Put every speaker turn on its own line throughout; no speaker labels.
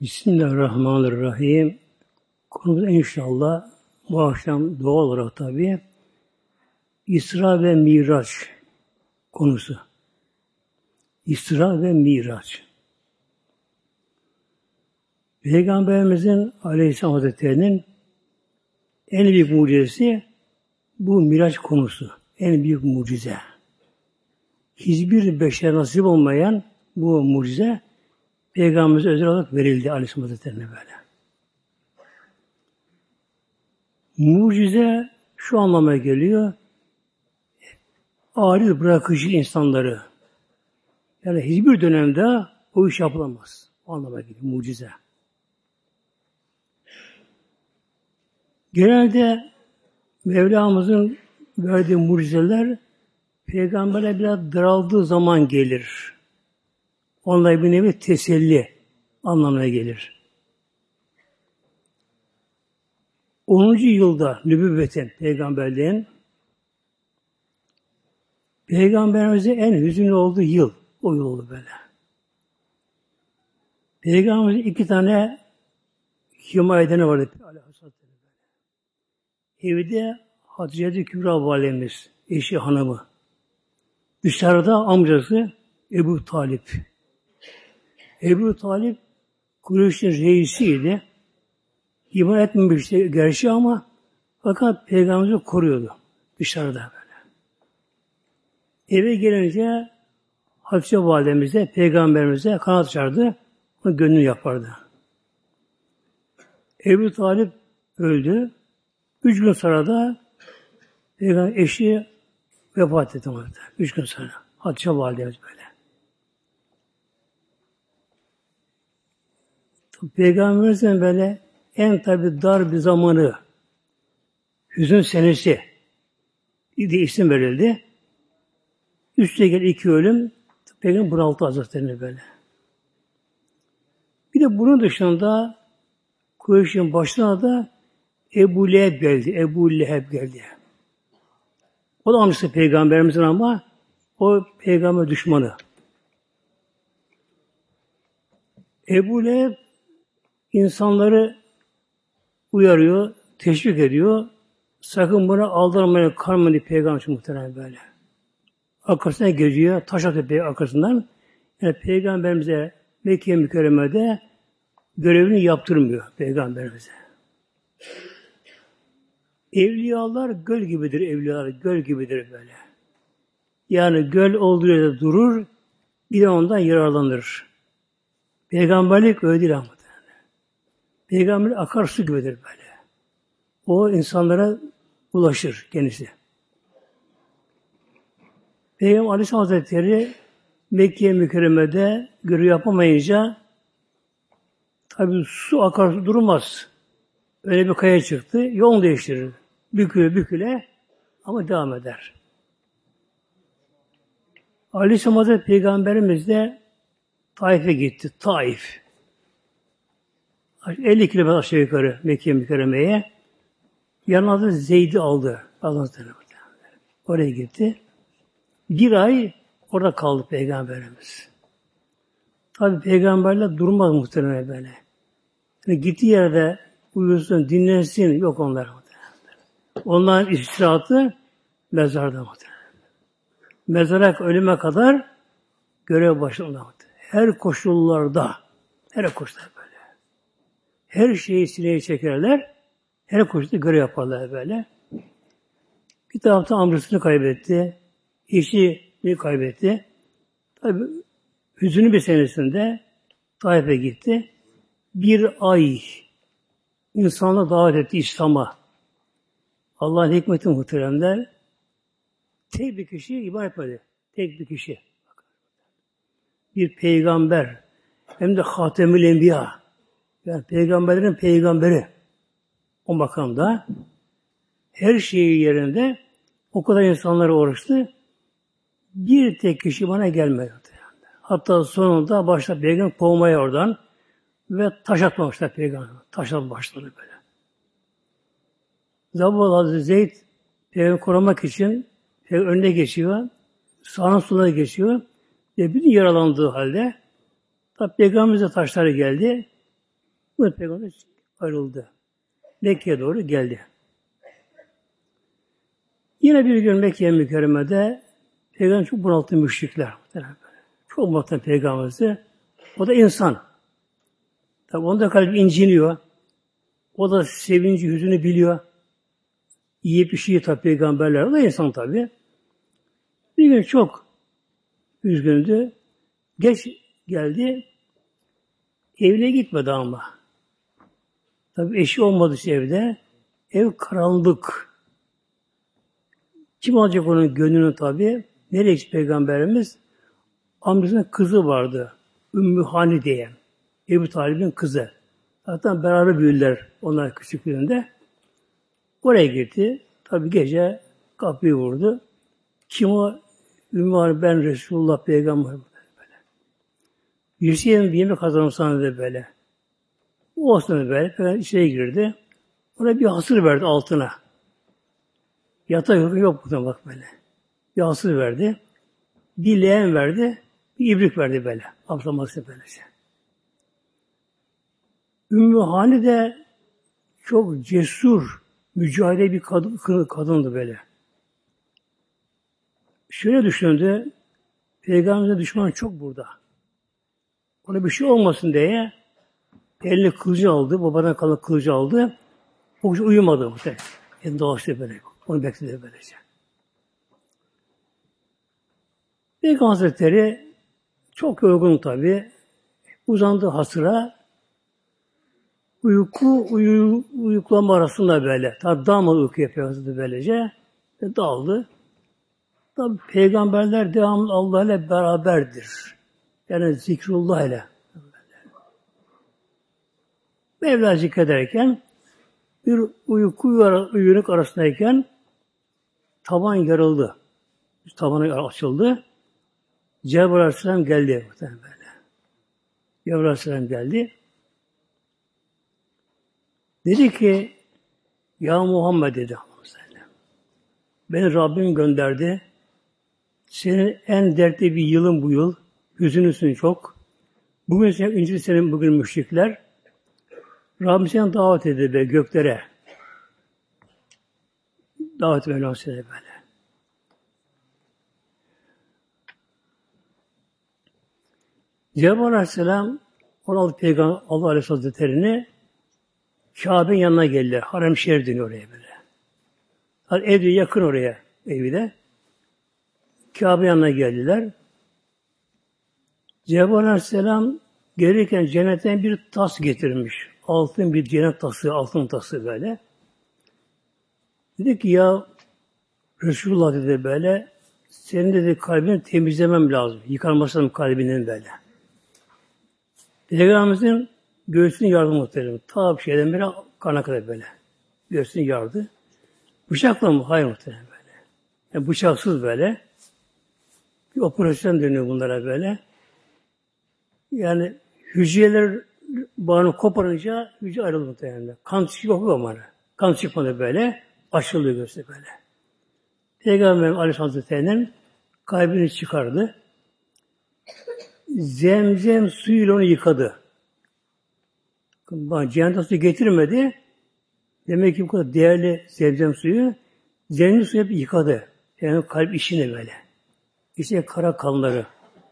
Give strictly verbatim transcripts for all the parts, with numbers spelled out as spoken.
Bismillahirrahmanirrahim. Konumuz inşallah bu akşam doğal olarak tabii İsra ve Miraç konusu. İsra ve Miraç. Peygamberimizin Aleyhisselam Hazretleri'nin en büyük mucizesi bu Miraç konusu. En büyük mucize. Hiçbir beşer nasip olmayan bu mucize Peygamberimize özel olarak verildi Aleyhisselam Hazretleri'ne böyle. Mucize şu anlama geliyor. Aciz bırakıcı insanları. Yani hiçbir dönemde o iş yapılamaz. O anlama geliyor. Mucize. Genelde Mevlamızın verdiği mucizeler Peygamber'e biraz daraldığı zaman gelir. Onlara bir nevi teselli anlamına gelir. onuncu yılda nübüvvetin, peygamberliğin Peygamberimizin en hüzünlü olduğu yıl, o yıl oldu böyle. Peygamberimizin iki tane himayedeni vardı. Evde Hatice Kübra validemiz, eşi hanımı. Dışarıda amcası Ebu Talip. Ebu Talip Kureyş'in reisiydi. İman etmemişti gerçi ama fakat Peygamberimizi koruyordu dışarıda böyle. Eve gelince Hatice validemize, Peygamberimize kanat açardı, onun gönlünü yapardı. Ebu Talip öldü. Üç gün sonra da Peygamber eşi vefat etti. Üç gün sonra. Hatice validemiz böyle. Peygamberimizin böyle en tabi dar bir zamanı, hüzün senesi diye isim verildi. Üstüne gel iki ölüm, Peygamber bunaltı Hazretlerini böyle. Bir de bunun dışında Kureyş'in başına da Ebu Leheb geldi. Ebu Leheb geldi. O da amcası Peygamberimizin ama o Peygamber düşmanı. Ebu Leheb insanları uyarıyor, teşvik ediyor. Sakın buna aldırmayın, karmayın Peygamber muhtemelen böyle. Arkasına geziyor, taş atıyor arkasından. Yani Peygamberimize Mekke mükerremede görevini yaptırmıyor Peygamberimize. Evliyalar göl gibidir, evliyalar göl gibidir böyle. Yani göl olduğu yerde durur, bir de ondan yararlanır. Peygamberlik öyle değil ama. Peygamber akarsu gibidir böyle. O insanlara ulaşır kendisi. Peygamber Aleyhisselam Hazretleri Mekke mükerremede görev yapamayınca tabi su akarsu durmaz. Öyle bir kaya çıktı. Yol değiştirir. Büküle büküle ama devam eder. Aleyhisselam Hazretleri Peygamberimiz de Taif'e gitti. Taif. elli kilometre aşağı yukarı Mekke mükerremeye. Yanına da Zeyd'i aldı. Oraya gitti. Bir ay orada kaldı Peygamberimiz. Tabi Peygamberler durmaz muhtemelen böyle. Yani gittiği yerde uyusun, dinlensin. Yok onlar muhtemelen. Onların istirahatı mezarda muhtemelen. Mezara ölüme kadar görev başında. Her koşullarda, her koşullarda böyle. Her şeyi sineye çekerler, her koşulda görev yaparlar böyle. Bir tarafta amcasını kaybetti, eşini kaybetti. Tabii hüzünlü bir senesinde Taif'e gitti. Bir ay insanla davet etti İslam'a. Allah'ın hikmeti muhteremler. Tek bir kişi iman etmedi. Tek bir kişi. Bir peygamber. Hem de Hatemül Enbiya. Yani peygamberlerin peygamberi. O makamda. Her şeyi yerinde. O kadar insanlara uğraştı. Bir tek kişi bana gelmedi. Hatta sonunda başta peygamber kovmaya oradan ve taş atmamışlar peygamber. Taş atma başladı böyle. Zavallı Hazreti Zeyd peygamber korumak için önüne geçiyor. Sağına soluna geçiyor. Ve bütün yaralandığı halde tabi Peygamberimize taşları geldi. Bu peygamber ayrıldı. Mekke'ye doğru geldi. Yine bir gün Mekke-i Mükerreme'de peygamber çok bunalttı müşrikler. Çok bunalttı peygamberimizi. O da insan. Tabi onda kalbi inciniyor. O da sevinci, hüzünü biliyor. Yiyip işiyor tabi peygamberler. O da insan tabi. Bir gün çok üzgündü. Geç geldi. Evine gitmedi ama. Tabi eşi olmadı evde. Ev karanlık. Kim alacak onun gönlünü tabi? Nereye gitti peygamberimiz? Amcasının kızı vardı. Ümmü Hani diye. Ebu Talib'in kızı. Zaten beraber büyüdüler onlar küçüklüğünde. Oraya gitti. Tabi gece kapıyı vurdu. Kim o? Ümmü Hani, ben Resulullah peygamber. Böyle. Yürüyelim bir yemek kazanırsan dedi böyle. O olsun böyle. Peygamber içeri girdi. Ona bir hasır verdi altına. Yatak yok, yok burada bak böyle. Bir hasır verdi. Bir leğen verdi. Bir ibrik verdi böyle. Ablaması böylece. Ümmü Hani de çok cesur, mücadele bir kadın, kadındı böyle. Şöyle düşündü, Peygamber'e düşman çok burada. Ona bir şey olmasın diye eline kılıcı aldı, babadan kalan kılıcı aldı. O kişi uyumadı muhtemelen. Yani dolaştı böyle. Onu bekledi böylece. Peygamber Hazretleri çok yorgun tabi. Uzandı hasıra. Uyku, uyu, uyuklama arasında böyle. Tabi dalmadı uyku yapıyordu böylece. Ve daldı. Tabi peygamberler devamlı Allah ile beraberdir. Yani zikrullah ile. Mevla zikrederken bir uyku uyunuk arasındayken tavan yarıldı. Tavanı açıldı. Cebrail Aleyhisselam geldi. Böyle. Cebrail Aleyhisselam geldi. Dedi ki ya Muhammed dedi. Beni Rabbim gönderdi. Senin en dertli bir yılın bu yıl. Hüzünlüsün çok. Bugün sen incil senin bugün müşrikler. Rabbim seni davet edildi be göklere. Davet ediyor seni böyle. Cebrail Aleyhisselam on altı Peygamber Allah Aleyhisselam Hazretleri'ni Kabe'nin yanına geldiler. Harem şerif dönüyor oraya böyle. Hadi ev yakın oraya evi de. Kabe yanına geldiler. Cebrail Aleyhisselam gelirken cennetten bir tas getirmiş. Altın bir cennet tası, altın tası böyle. Dedi ki ya Resulullah dedi böyle, senin dedi kalbini temizlemem lazım. Yıkanması lazım kalbinin böyle. Peygamberimizin göğsünü yardı muhtemelen. Ta bir şeyden beri kana kadar böyle. Göğsünü yardı. Bıçakla mı? Hayır muhtemelen böyle. Yani bıçaksız böyle. Bir operasyon dönüyor bunlara böyle. Yani hücreler bağını koparınca hücre ayrıldı muhtemelen. Kan çıkıyor ama. Kan çıkmadı böyle. Açılıyor göğsü böyle. Peygamber Aleyhisselam Hazretleri'nin kalbini çıkardı. Zemzem suyuyla onu yıkadı. Bana cehennem suyu getirmedi. Demek ki bu kadar değerli zemzem suyu zemzem suyu hep yıkadı. Yani kalp işini böyle. İşte kara kanları.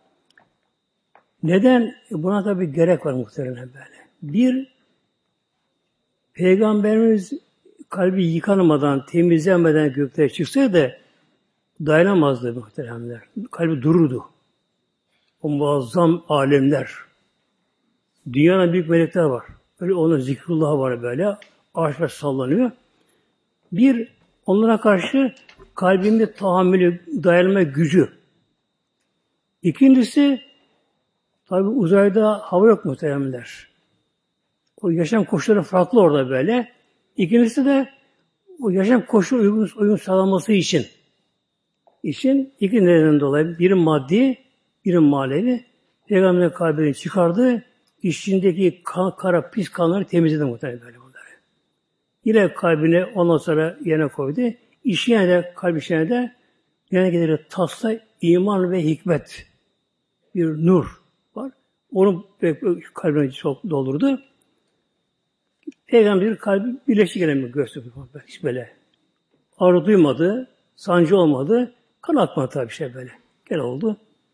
Neden? Buna tabi gerek var muhtemelen böyle. Bir, Peygamberimiz kalbi yıkanmadan, temizlenmeden göklere çıksaydı dayanamazdı muhteremler. Kalbi dururdu. O muazzam alemler. Dünyanın büyük melekler var. Öyle onun zikrullah var böyle. Arşlar sallanıyor. Bir, onlara karşı kalbinde tahammülü, dayanma gücü. İkincisi, tabi uzayda hava yok muhteremler. O yaşam koşulları farklı orada böyle. İkincisi de o yaşam koşulu uygun, uygun sağlanması için için iki nedenden dolayı biri maddi, biri manevi. Peygamber'in kalbini çıkardı. İçindeki kan, kara, pis kanları temizledi muhtemelen böyle bunları. Yine kalbini ondan sonra yerine koydu. İşine de, kalp işine de yine gelir tasla iman ve hikmet. Bir nur var. Onu kalbine çok doldurdu. Peygamberin kalbi birleşik gelen göğsü hiç böyle. Ağrı duymadı, sancı olmadı, kan akmadı tabii şey böyle. Gel oldu.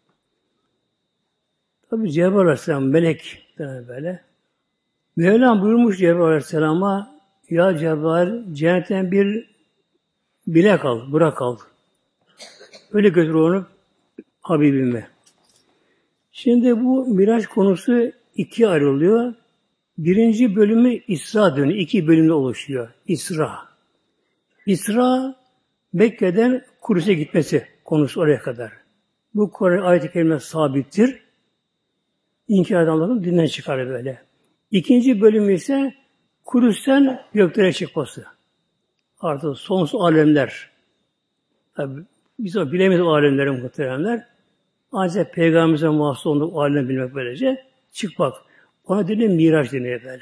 Tabii Cebrail Aleyhisselam melek böyle. Mevlam buyurmuş Cebrail Aleyhisselam'a ya Cebrail cennetten bir bilek al, bırak al. Öyle götür onu Habibime. Şimdi bu Miraç konusu ikiye ayrılıyor. Birinci bölümü İsra dönüyor. İki bölümde oluşuyor. İsra. İsra Mekke'den Kudüs'e gitmesi konusu oraya kadar. Bu Kur'an ayet-i kerime sabittir. İnkar edenlerin dinden çıkarır böyle. İkinci bölümü ise Kudüs'ten göklere çıkması. Artık sonsuz alemler. Tabi biz o bilemeyiz o alemleri muhteremler. Ancak Peygamberimize mahsus olduğu alemi bilmek böylece çıkmak. Ona deniyor Miraç deniyor böyle.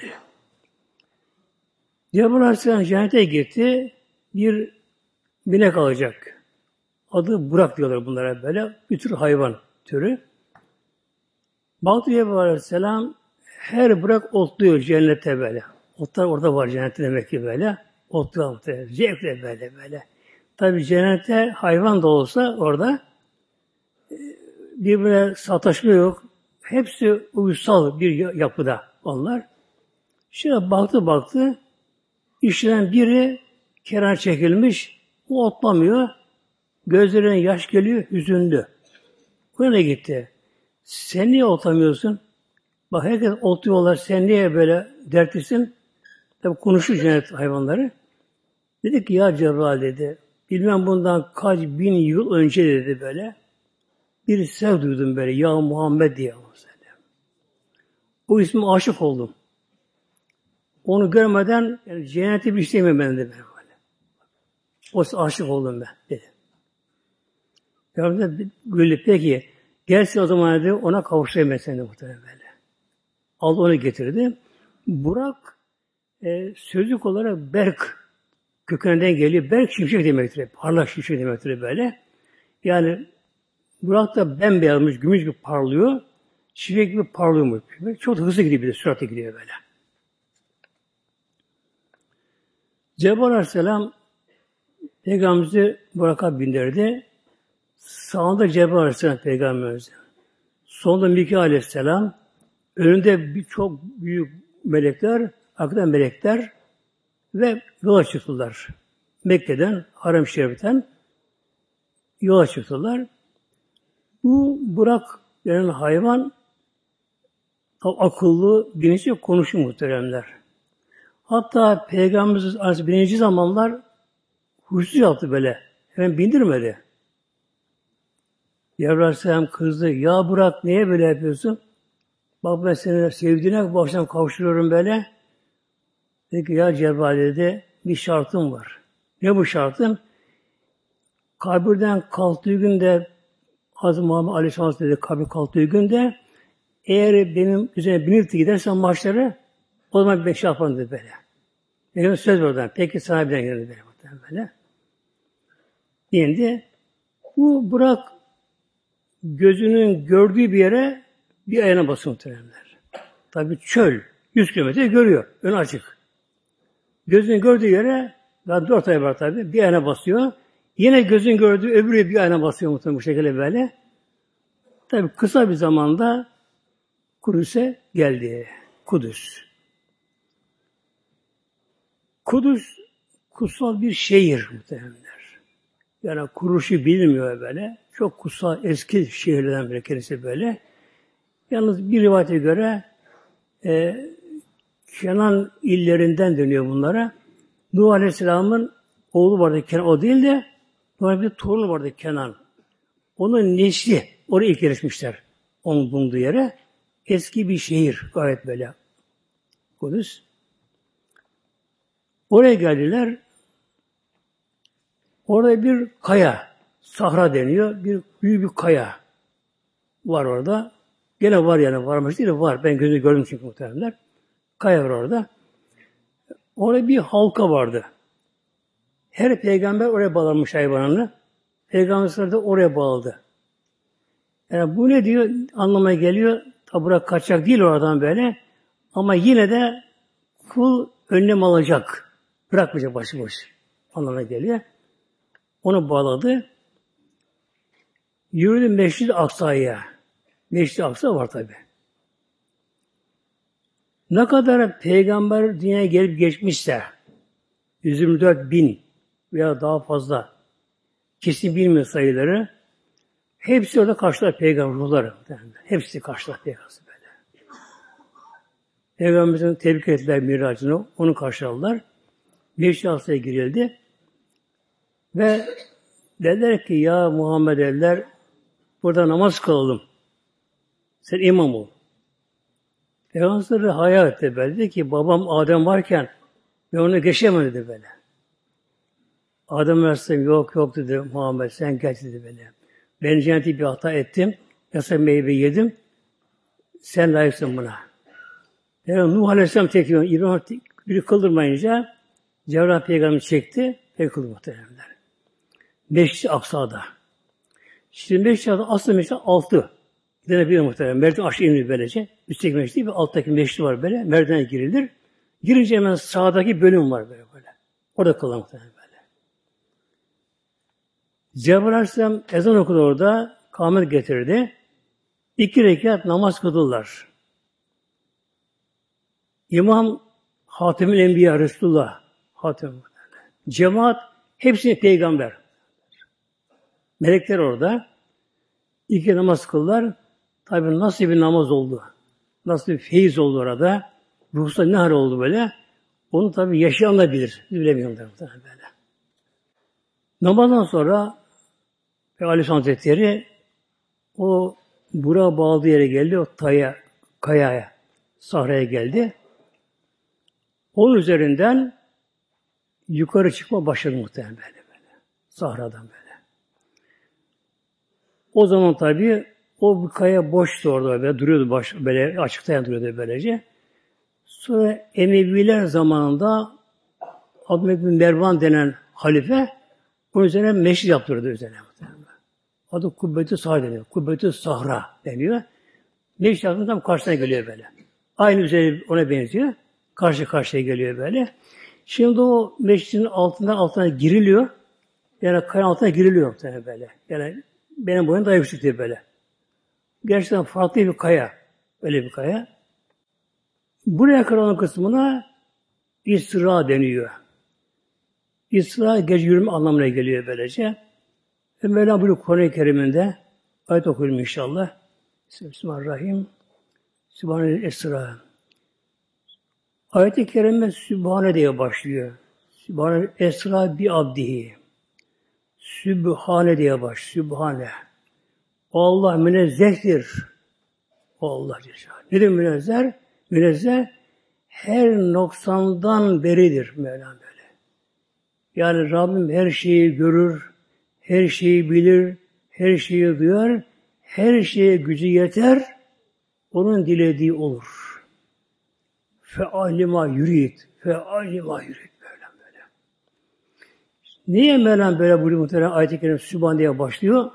Cebrail Aleyhisselam cennete gitti. Bir binek alacak. Adı Burak diyorlar bunlara böyle. Bir tür hayvan türü. Baktı Cebrail Aleyhisselam her Burak otluyor cennete böyle. Otlar orada var cennette demek ki böyle. Otluyor otluyor. Zevkle böyle böyle. Tabi cennette hayvan da olsa orada birbirine sataşma yok. Hepsi uysal bir yapıda onlar. Şöyle baktı baktı. İşten biri kenara çekilmiş. O otlamıyor. Gözlerine yaş geliyor. Hüzünlü. Buraya gitti. Sen niye otlamıyorsun? Bak herkes otluyorlar. Sen niye böyle dertlisin? Tabi konuşuyor cennet hayvanları. Dedi ki ya Cebrail dedi. Bilmem bundan kaç bin yıl önce dedi böyle. Bir sev duydum böyle. Ya Muhammed diye. O isme aşık oldum. Onu görmeden yani cenneti bir istemiyorum ben de böyle. O aşık oldum ben dedi. Peygamber güldü. Peki gelsin o zaman dedi ona kavuşayım ben seni muhtemelen böyle. Aldı onu getirdi. Burak e, sözlük olarak berk kökeninden geliyor. Berk şimşek demektir. Parlak şimşek demektir böyle. Yani Burak da bembeyazmış, gümüş gibi parlıyor. Şimşek gibi parlıyormuş. Çok hızlı gidiyor bir de, süratle gidiyor böyle. Cebrail Aleyhisselam Peygamberimizi Burak'a bindirdi. Sağında Cebrail Aleyhisselam Peygamberimiz. Solunda Mikail Aleyhisselam. Önünde birçok büyük melekler, arkadan melekler ve yola çıktılar. Mekke'den, Harem-i Şerif'ten yola çıktılar. Bu Burak denen hayvan akıllı, bilinçli konuşuyor muhteremler. Hatta Peygamberimiz birinci zamanlar huysuz yaptı böyle. Hemen bindirmedi. Cebrail Aleyhisselam kızdı. Ya Burak niye böyle yapıyorsun? Bak ben seni sevdiğine bu akşam kavuşturuyorum böyle. Dedi ki ya Cebrail dedi bir şartım var. Ne bu şartın? Kabirden kalktığı günde Hazreti Muhammed Aleyhisselam dedi kabir kalktığı günde eğer benim üzerine binip de gidersen maçları o zaman bir şey yaparım dedi böyle. Benim söz oradan. Peki sana bir geldi böyle. böyle. Şimdi bu Burak gözünün gördüğü bir yere bir ayağına basıyor muhtemelenler. Tabii çöl. Yüz kilometre görüyor. Ön açık. Gözünün gördüğü yere daha dört ay var tabii. Bir ayağına basıyor. Yine gözün gördüğü öbürü bir ayağına basıyor muhtemelen bu şekilde böyle. Tabii kısa bir zamanda Kudüs'e geldi. Kudüs. Kudüs kutsal bir şehir muhtemelenler. Yani kuruluşu bilinmiyor böyle. Çok kutsal eski şehirlerden biri kendisi böyle. Yalnız bir rivayete göre e, Kenan illerinden dönüyor bunlara. Nuh Aleyhisselam'ın oğlu vardı Kenan. O değil de Nuh'un bir torunu vardı Kenan. Onun nesli oraya ilk yerleşmişler. Onun bulunduğu yere. Eski bir şehir gayet böyle. Kudüs. Oraya geldiler. Orada bir kaya, Sahra deniyor. Bir büyük bir kaya var orada. Gene var yani varmış değil de var. Ben gözümle gördüm çünkü muhtemelenler. Kaya var orada. Orada bir halka vardı. Her peygamber oraya bağlanmış hayvanını. Peygamberler de oraya bağladı. Yani bu ne diyor? Anlamaya geliyor. Tabi bırak kaçacak değil oradan böyle. Ama yine de kul önlem alacak. Bırakmayacak başıboş anlamına geliyor. Onu bağladı. Yürüdü Meşrid-i Aksa'ya. Meşrid-i Aksa var tabi. Ne kadar peygamber dünyaya gelip geçmişse yüz yirmi dört bin veya daha fazla kesin bilmiyor sayıları. Hepsi orada karşılar peygamber ruhları. Hepsi karşılar peygamber böyle. Peygamberimizin tebrik ettiler miracını, onu karşıladılar. Meşrid-i Aksa'ya girildi. Ve dediler ki ya Muhammed dediler, burada namaz kılalım. Sen imam ol. Peygamber hayal etti böyle. Dedi ki babam Adem varken ben onu geçemem dedi böyle. Adem Aleyhisselam yok yok dedi Muhammed sen geç dedi böyle. Ben cenneti bir hata ettim. Yasak meyve yedim. Sen layıksın buna. Yani Nuh Aleyhisselam tekrar İbrahim biri kıldırmayınca Cebrail Peygamber çekti. Pek kıldı muhtemelenler. Meşrid-i Aksa'da. Şimdi Meşrid-i Aksa'da aslı Meşrid altı. Gidene bir muhtemelen. Merdiven aşağı inilir böylece. Üstteki meşrid değil, alttaki meşrid var böyle. Merdivene girilir. Girince hemen sağdaki bölüm var böyle böyle. Orada kılan muhtemelen böyle. Cebrail Aleyhisselam ezan okudu orada. Kâmet getirdi. İki rekat namaz kıldılar. İmam Hatemül Enbiya Resulullah. Hatem. Cemaat hepsi peygamber. Melekler orada. İki namaz kıldılar. Tabi nasıl bir namaz oldu. Nasıl bir feyiz oldu orada. Ruhsal ne hal oldu böyle. Onu tabi yaşayan da bilir. Bilemiyorum da böyle. Namazdan sonra Aleyhisselam Hazretleri o Burak'a bağladığı yere geldi. O taya, kayaya, sahraya geldi. Onun üzerinden yukarı çıkma başladı muhtemelen böyle, böyle. Sahradan böyle. O zaman tabii o bir kaya boştu orada böyle duruyordu baş böyle açıkta duruyordu böylece. Sonra Emeviler zamanında Abdülhamid bin Mervan denen halife onun üzerine meşrid yaptırdı üzerine. Adı Kubbetü Sahra deniyor. Kubbetü Sahra deniyor. Meşrid yaptığında tam karşısına geliyor böyle. Aynı üzeri ona benziyor. Karşı karşıya geliyor böyle. Şimdi o meşridin altından altına giriliyor. Yani kayanın altına giriliyor böyle. Yani benim boyum daha yüksek diye böyle. Gerçekten farklı bir kaya. Öyle bir kaya. Buraya kadar olan kısmına İsra deniyor. İsra gece yürüme anlamına geliyor böylece. Ve Mevlam buyuruyor Kur'an-ı Kerim'inde ayet okuyalım inşallah. Bismillahirrahmanirrahim. Sübhanel Esra. Ayet-i Kerime Sübhane diye başlıyor. Sübhanel Esra bi abdihi. Sübhane diye baş. Sübhane. Allah münezzehtir. Allah Celle. Nedir münezzeh? Münezzeh her noksandan beridir Mevlam böyle. Yani Rabbim her şeyi görür, her şeyi bilir, her şeyi duyar, her şeye gücü yeter, onun dilediği olur. Fe'alima yurid, fe'alima yurid Mevlam böyle. Niye Mevlam böyle buyuruyor muhtemelen ayet-i kerime Sübhan diye başlıyor?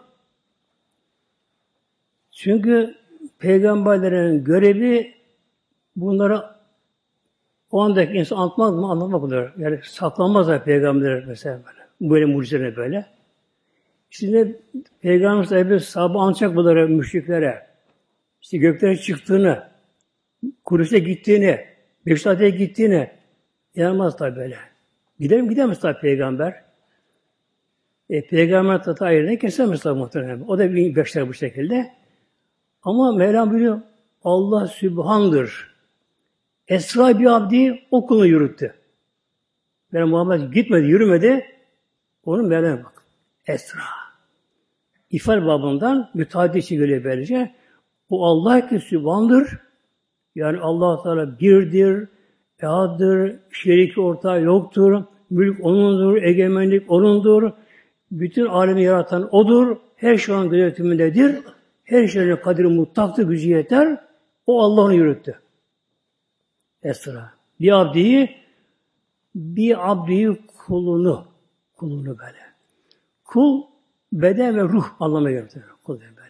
Çünkü peygamberlerin görevi bunları o andaki insan anlatmak mı anlatmak olur. Yani saklanmazlar peygamberler mesela böyle. Böyle mucizeler böyle. Şimdi Peygamber sahibi sahabı anlatacak bunlara, müşriklere. İşte göklere çıktığını, Kudüs'e gittiğini, Beşiktaş'a gittiğini inanmaz tabi böyle. Gider mi gidemez tabi peygamber. E, peygamber tatı ayrına kesemez tabi muhtemelen. O da bir bekler bu şekilde. Ama Mevlam biliyor, Allah Sübhan'dır. Esra bir abdi o kulunu yürüttü. Yani Muhammed gitmedi, yürümedi. Onun Mevlam'a bak. Esra. İfade babından müteaddi için geliyor böylece. O Allah ki Sübhan'dır. Yani Allah Teala birdir, ehaddır, şeriki ortağı yoktur. Mülk O'nundur, egemenlik O'nundur. Bütün alemi yaratan O'dur. Her şey O'nun yönetimindedir. Her şeyin kaderi mutlaktır, gücü yeter. O Allah'ını yürüttü. Esra. Bir abdiyi, bir abdiyi kulunu, kulunu böyle. Kul, beden ve ruh anlamına geliyor. Kul böyle.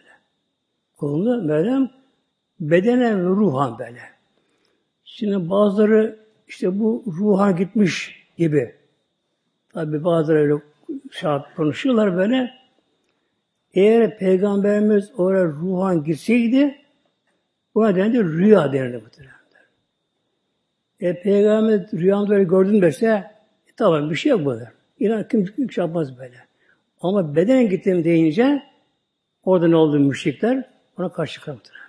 Kulunu, böyle, bedenen ve ruhan böyle. Şimdi bazıları işte bu ruha gitmiş gibi. Tabi bazıları öyle şey konuşuyorlar böyle. Eğer Peygamberimiz oraya ruhan gitseydi bu nedenle rüya denirdi muhtemelen. E, Peygamber rüyamda öyle gördün mesela e, tamam bir şey yok burada. İnan kim, kim şey yapmaz böyle. Ama bedenen gittim deyince orada ne oldu müşrikler? Ona karşı çıkarttılar.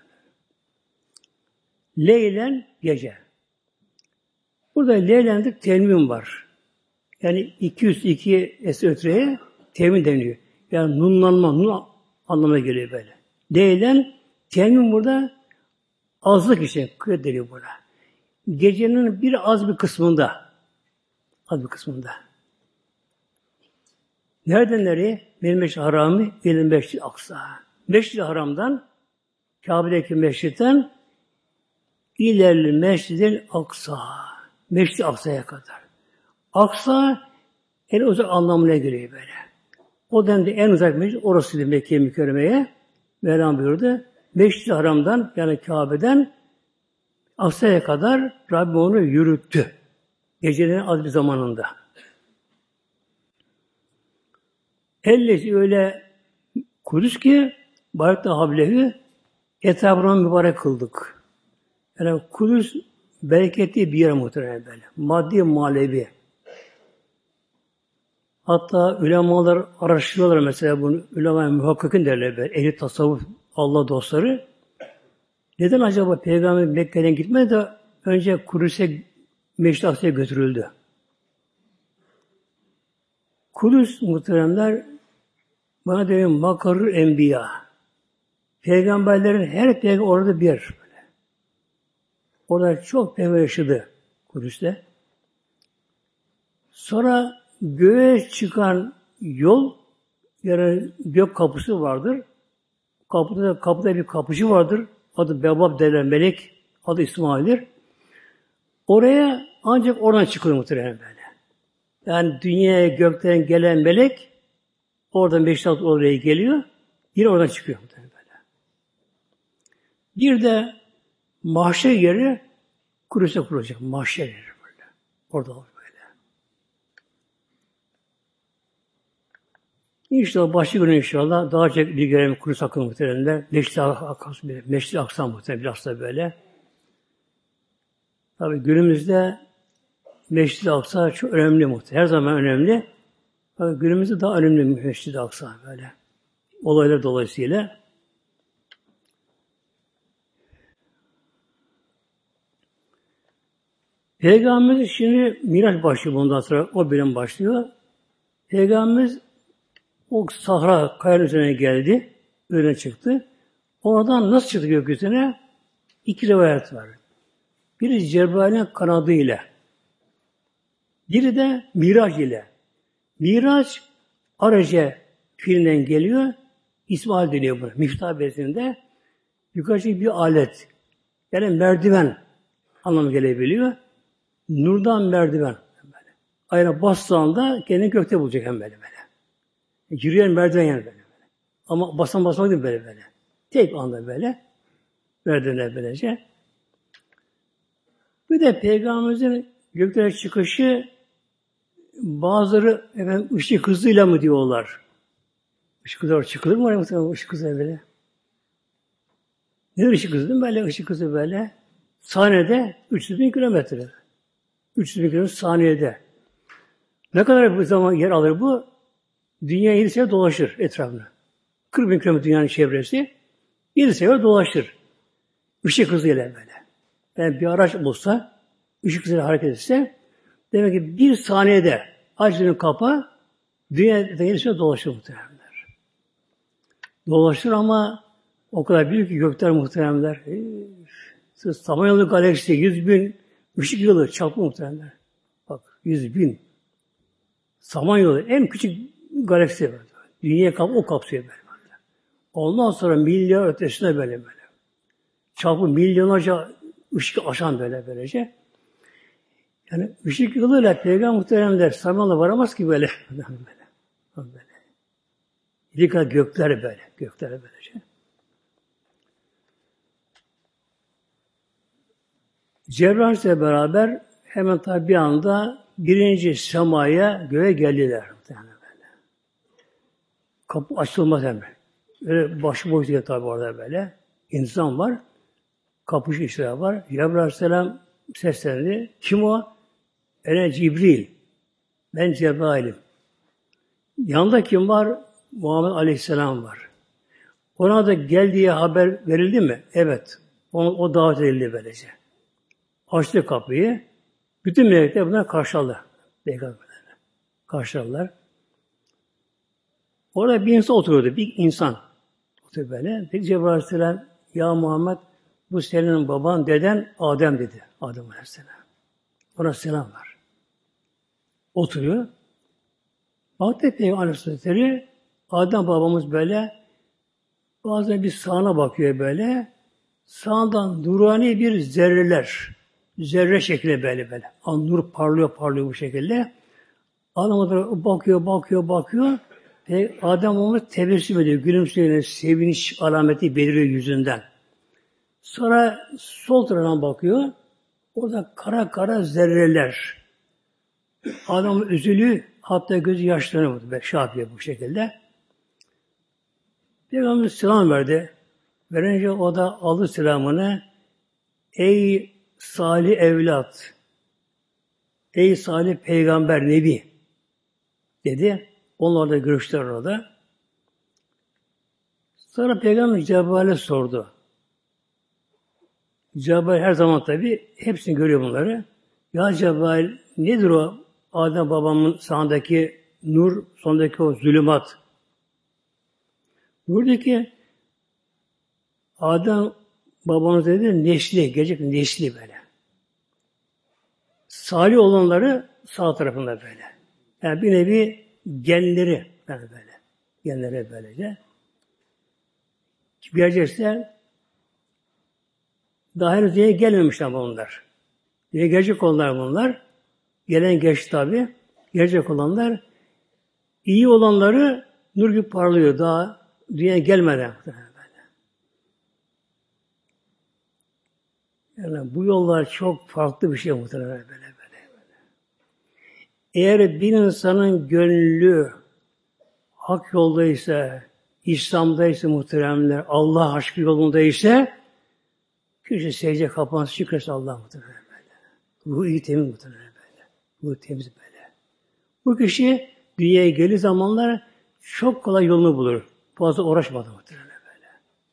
Leylen gece. Burada leylendik temin var. Yani iki yüz iki esötreye temin deniliyor. Yani nunlanma, nun anlamına geliyor böyle. Leylen temin burada azlık için kıymet deniyor burada. Gecenin bir az bir kısmında az bir kısmında. Nereden nereye? Benim Meşrid-i Harami, benim Meşrid-i Aksa. Meşrid-i Haram'dan, Kabe'deki meşritten ilerli Meşrid-i Aksa. Meşrid-i Aksa'ya kadar. Aksa en uzak anlamına geliyor böyle. O dönemde en uzak meşrid orasıydı Mekke-i Mükerreme'ye. Mevlam buyurdu. Meşrid-i Haram'dan yani Kabe'den Aksa'ya kadar Rabbim onu yürüttü. Gecenin az bir zamanında. Ellezi öyle Kudüs ki Bayrakta Hablehi etrafına mübarek kıldık. Yani Kudüs bereketli bir yer muhtemelen böyle. Maddi manevi. Hatta ulemalar araştırıyorlar mesela bunu. Ulema muhakkikin derler böyle. Ehli tasavvuf, Allah dostları. Neden acaba Peygamber Mekke'den gitmedi de önce Kudüs'e Meşrid-i Aksa'ya götürüldü? Kudüs muhteremler bana diyor makarır enbiya. Peygamberlerin her peygamber orada bir yer. Böyle. Orada çok peygamber yaşadı Kudüs'te. Sonra göğe çıkan yol yani gök kapısı vardır. Kapıda, kapıda bir kapıcı vardır. Adı Bebab derler melek. Adı İsmail'dir. Oraya ancak oradan çıkıyor muhtemelen böyle. Yani dünyaya gökten gelen melek oradan Meşrid oraya geliyor. Yine oradan çıkıyor muhtemelen böyle. Bir de mahşer yeri Kudüs'e kurulacak. Mahşer yeri böyle. Orada olur böyle. İnşallah başka gün inşallah daha çok bir görelim Kudüs hakkında muhtemelen. Meşrid-i Aksa, Meşrid-i Aksa muhtemelen biraz da böyle. Tabii günümüzde Meşrid-i Aksa çok önemli muhtemelen. Her zaman önemli. Tabii günümüzde daha önemli Meşrid-i Aksa böyle. Olaylar dolayısıyla. Peygamberimiz şimdi Miraç başlıyor bundan sonra. O bölüm başlıyor. Peygamberimiz o Sahra kayanın üzerine geldi. Öyle çıktı. Oradan nasıl çıktı gökyüzüne? İki rivayet var. Biri Cebrail'in kanadı ile. Biri de Miraç ile. Miraç Arace fiilinden geliyor. İsmail deniyor bu. Miftah bezinde. Yukarı bir alet. Yani merdiven anlamı gelebiliyor. Nurdan merdiven. Böyle. Ayağına bastığında kendini gökte bulacak hem böyle böyle. Yürüyen merdiven yani böyle böyle. Ama basan basmak değil böyle böyle. Tek anda böyle. Merdivenler böylece. Bir de Peygamberimizin göklere çıkışı bazıları efendim ışık hızıyla mı diyorlar. Işık hızıyla çıkılır mı oraya ışık hızıyla böyle? Ne ışık hızı değil mi? Böyle ışık hızı böyle. Saniyede üç yüz bin kilometre. üç yüz bin kilometre saniyede. Ne kadar bu zaman yer alır bu? Dünya yedi sefer dolaşır etrafına. kırk bin kilometre dünyanın çevresi. yedi sefer dolaşır. Işık hızıyla böyle. Yani bir araç olsa, ışık hızıyla hareket etse, demek ki bir saniyede açtığın kapı dünyada yedi sefer dolaşır muhtemelenler. Dolaşır ama o kadar büyük ki gökler muhtemelenler. Siz Samanyolu galaksisi yüz bin ışık yılı çarpı muhtemelenler. Bak yüz bin. Samanyolu en küçük galaksi var. Dünya kap o kapsıyor böyle. Ondan sonra milyar ötesine böyle böyle. Çarpı milyonlarca ışık aşan böyle böylece. Yani ışık yılıyla Peygamber muhteremler Samanyolu'na varamaz ki böyle. böyle. böyle. İlika gökler böyle. Gökler böylece. Cebrail'le beraber Hemen tabi bir anda birinci semaya göğe geldiler. Böyle. Kapı açılmaz hemen. Böyle başıboş diye tabi orada böyle. İnsan var. Kapıcı işler var. Cebrail Aleyhisselam seslendi. Kim o? Ene Cibril. Ben Cebrail'im. Yanında kim var? Muhammed Aleyhisselam var. Ona da gel diye haber verildi mi? Evet. O, o davet edildi böylece. Açtı kapıyı. Bütün melekler bunlar karşıladı. Peygamberler. Karşıladılar. Orada bir insan oturuyordu. Bir insan. Oturuyor böyle. Peki Cebrail Aleyhisselam, ya Muhammed, bu senin baban, deden Adem dedi. Adem Aleyhisselam. Ona selam var. Oturuyor. Baktı Peygamber Aleyhisselatü, Adem babamız böyle, bazen bir sağına bakıyor böyle, sağından nurani bir zerreler, zerre şekli böyle böyle. An nur parlıyor parlıyor bu şekilde. Adam bakıyor, bakıyor, bakıyor. Ve Adem babamız tebessüm ediyor, gülümsüyor, sevinç alameti beliriyor yüzünden. Sonra sol tarafına bakıyor, orada kara kara zerreler. Adam üzülüyor, hatta gözü yaşlanıyor. Şey yapıyor bu şekilde. Peygamber selam verdi. Verince o da aldı selamını. Ey salih evlat, ey salih peygamber, nebi dedi. Onlar da görüştüler orada. Sonra Peygamber Cebrail'e sordu. Cebrail her zaman tabi hepsini görüyor bunları. Ya Cebrail, nedir o Adem babamın sağındaki nur, sondaki o zulümat? Buradaki Adem babamız dedi neşli, gelecek neşli böyle. Salih olanları sağ tarafında böyle. Yani bir nevi genleri yani böyle. Genleri böylece. Gelecekse daha henüz diye gelmemişler bunlar. Diye gelecek olanlar bunlar. Gelen geçti tabi. Gelecek olanlar iyi olanları nur gibi parlıyor. Daha dünyaya gelmeden. Yani bu yollar çok farklı bir şey muhtemelen böyle böyle. böyle. Eğer bir insanın gönlü hak yoldaysa, İslam'daysa muhteremler, Allah aşkı yolundaysa, kişi secde kapansın, şükretsin Allah muhtemelen böyle. Ruhu iyi temiz muhtemelen böyle. Ruhu temiz böyle. Bu kişi dünyaya geldiği zamanlar çok kolay yolunu bulur. Fazla uğraşmadı muhtemelen böyle.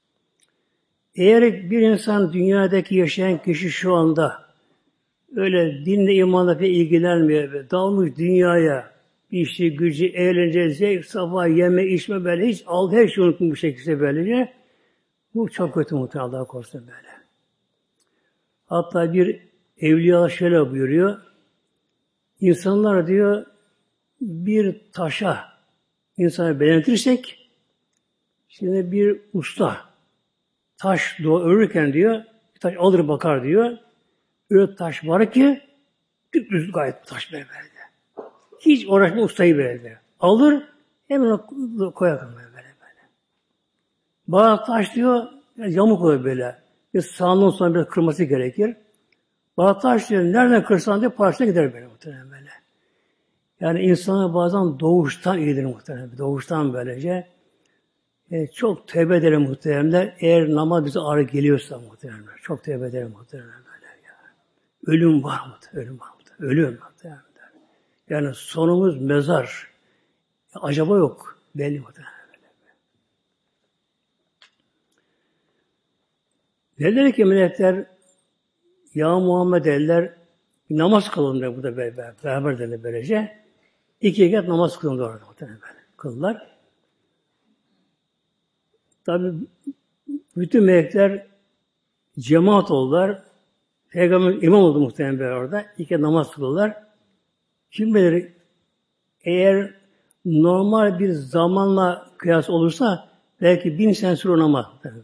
Eğer bir insan dünyadaki yaşayan kişi şu anda öyle dinle imanla pek ilgilenmiyor, dalmış dünyaya, işi, gücü, eğlence, zevk, sabah, yeme, içme böyle hiç aldı her şeyi unutmuş bu şekilde böylece. Bu çok kötü muhtemelen Allah korusun böyle. Hatta bir evliya şöyle buyuruyor. İnsanlar diyor bir taşa insanı benetirsek şimdi bir usta taş örürken diyor bir taş alır bakar diyor. Öyle taş var ki düz gayet taş böyle böyle. Hiç uğraşma ustayı böyle. Alır hemen koyar böyle böyle. Bazı taş diyor yamuk oluyor böyle. Bir sağından sonra biraz kırması gerekir. Bazı taş diyor nereden kırsan diyor parçasına gider böyle muhtemelen böyle. Yani insana bazen doğuştan iyidir muhtemelen. Doğuştan böylece. E, çok tövbe ederim muhtemelen. Eğer namaz bize ağrı geliyorsa muhtemelen. Çok tövbe ederim muhtemelen böyle. Yani. Ölüm var mı? Ölüm var mı? Ölüm muhtemelen. Yani sonumuz mezar. Ya, acaba yok. Belli muhtemelen. Derler ki melekler ya Muhammed derler namaz kılın burada beraber, beraber derler böylece. İki rekat namaz kılın orada muhtemelen kıldılar. Tabi bütün melekler cemaat oldular. Peygamber imam oldu muhtemelen orada. İki namaz kıldılar. Kim bilir eğer normal bir zamanla kıyas olursa belki bin sene süre namaz böyle.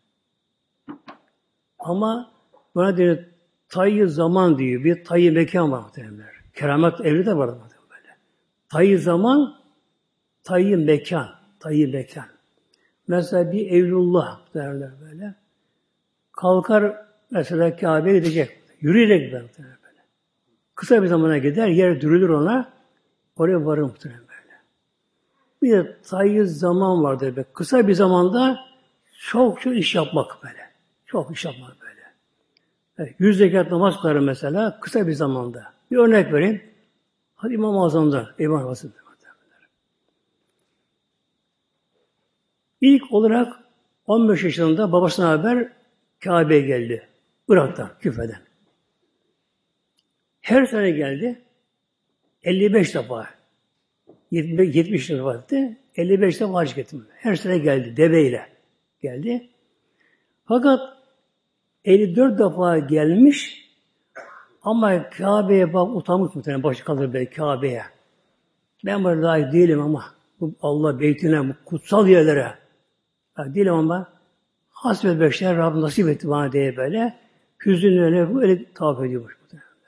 Ama buna diyor tayyi zaman diyor. Bir tayyi mekan var muhtemelen. Keramet evri de var böyle. Tayyi zaman, tayyi mekan, tayyi mekan. Mesela bir evlullah derler böyle. Kalkar mesela Kabe'ye gidecek. Yürüyerek gider böyle. Kısa bir zamana gider, yer dürülür ona, oraya varır muhtemelen böyle. Bir de sayı zaman vardır böyle. Kısa bir zamanda çok çok iş yapmak böyle. Çok iş yapmak böyle. Evet, yüz rekat namaz kılarım mesela, kısa bir zamanda. Bir örnek vereyim. Hadi İmam-ı Azam'da, İmam Hazretleri. İlk olarak on beş yaşında babasına haber Kabe'ye geldi. Irak'tan, Küfe'den. Her sene geldi. elli beş defa. yetmiş defa etti. elli beş defa hac etti. Her sene geldi. Deveyle geldi. Fakat elli dört defa gelmiş ama Kabe'ye bak utanmış muhtemelen. Başı kalır böyle Kabe'ye. Ben böyle layık değilim ama bu Allah beytine, bu kutsal yerlere ya değilim ama hasbel beşler Rabbim nasip etti bana diye böyle hüzünlü öyle böyle tavaf ediyormuş.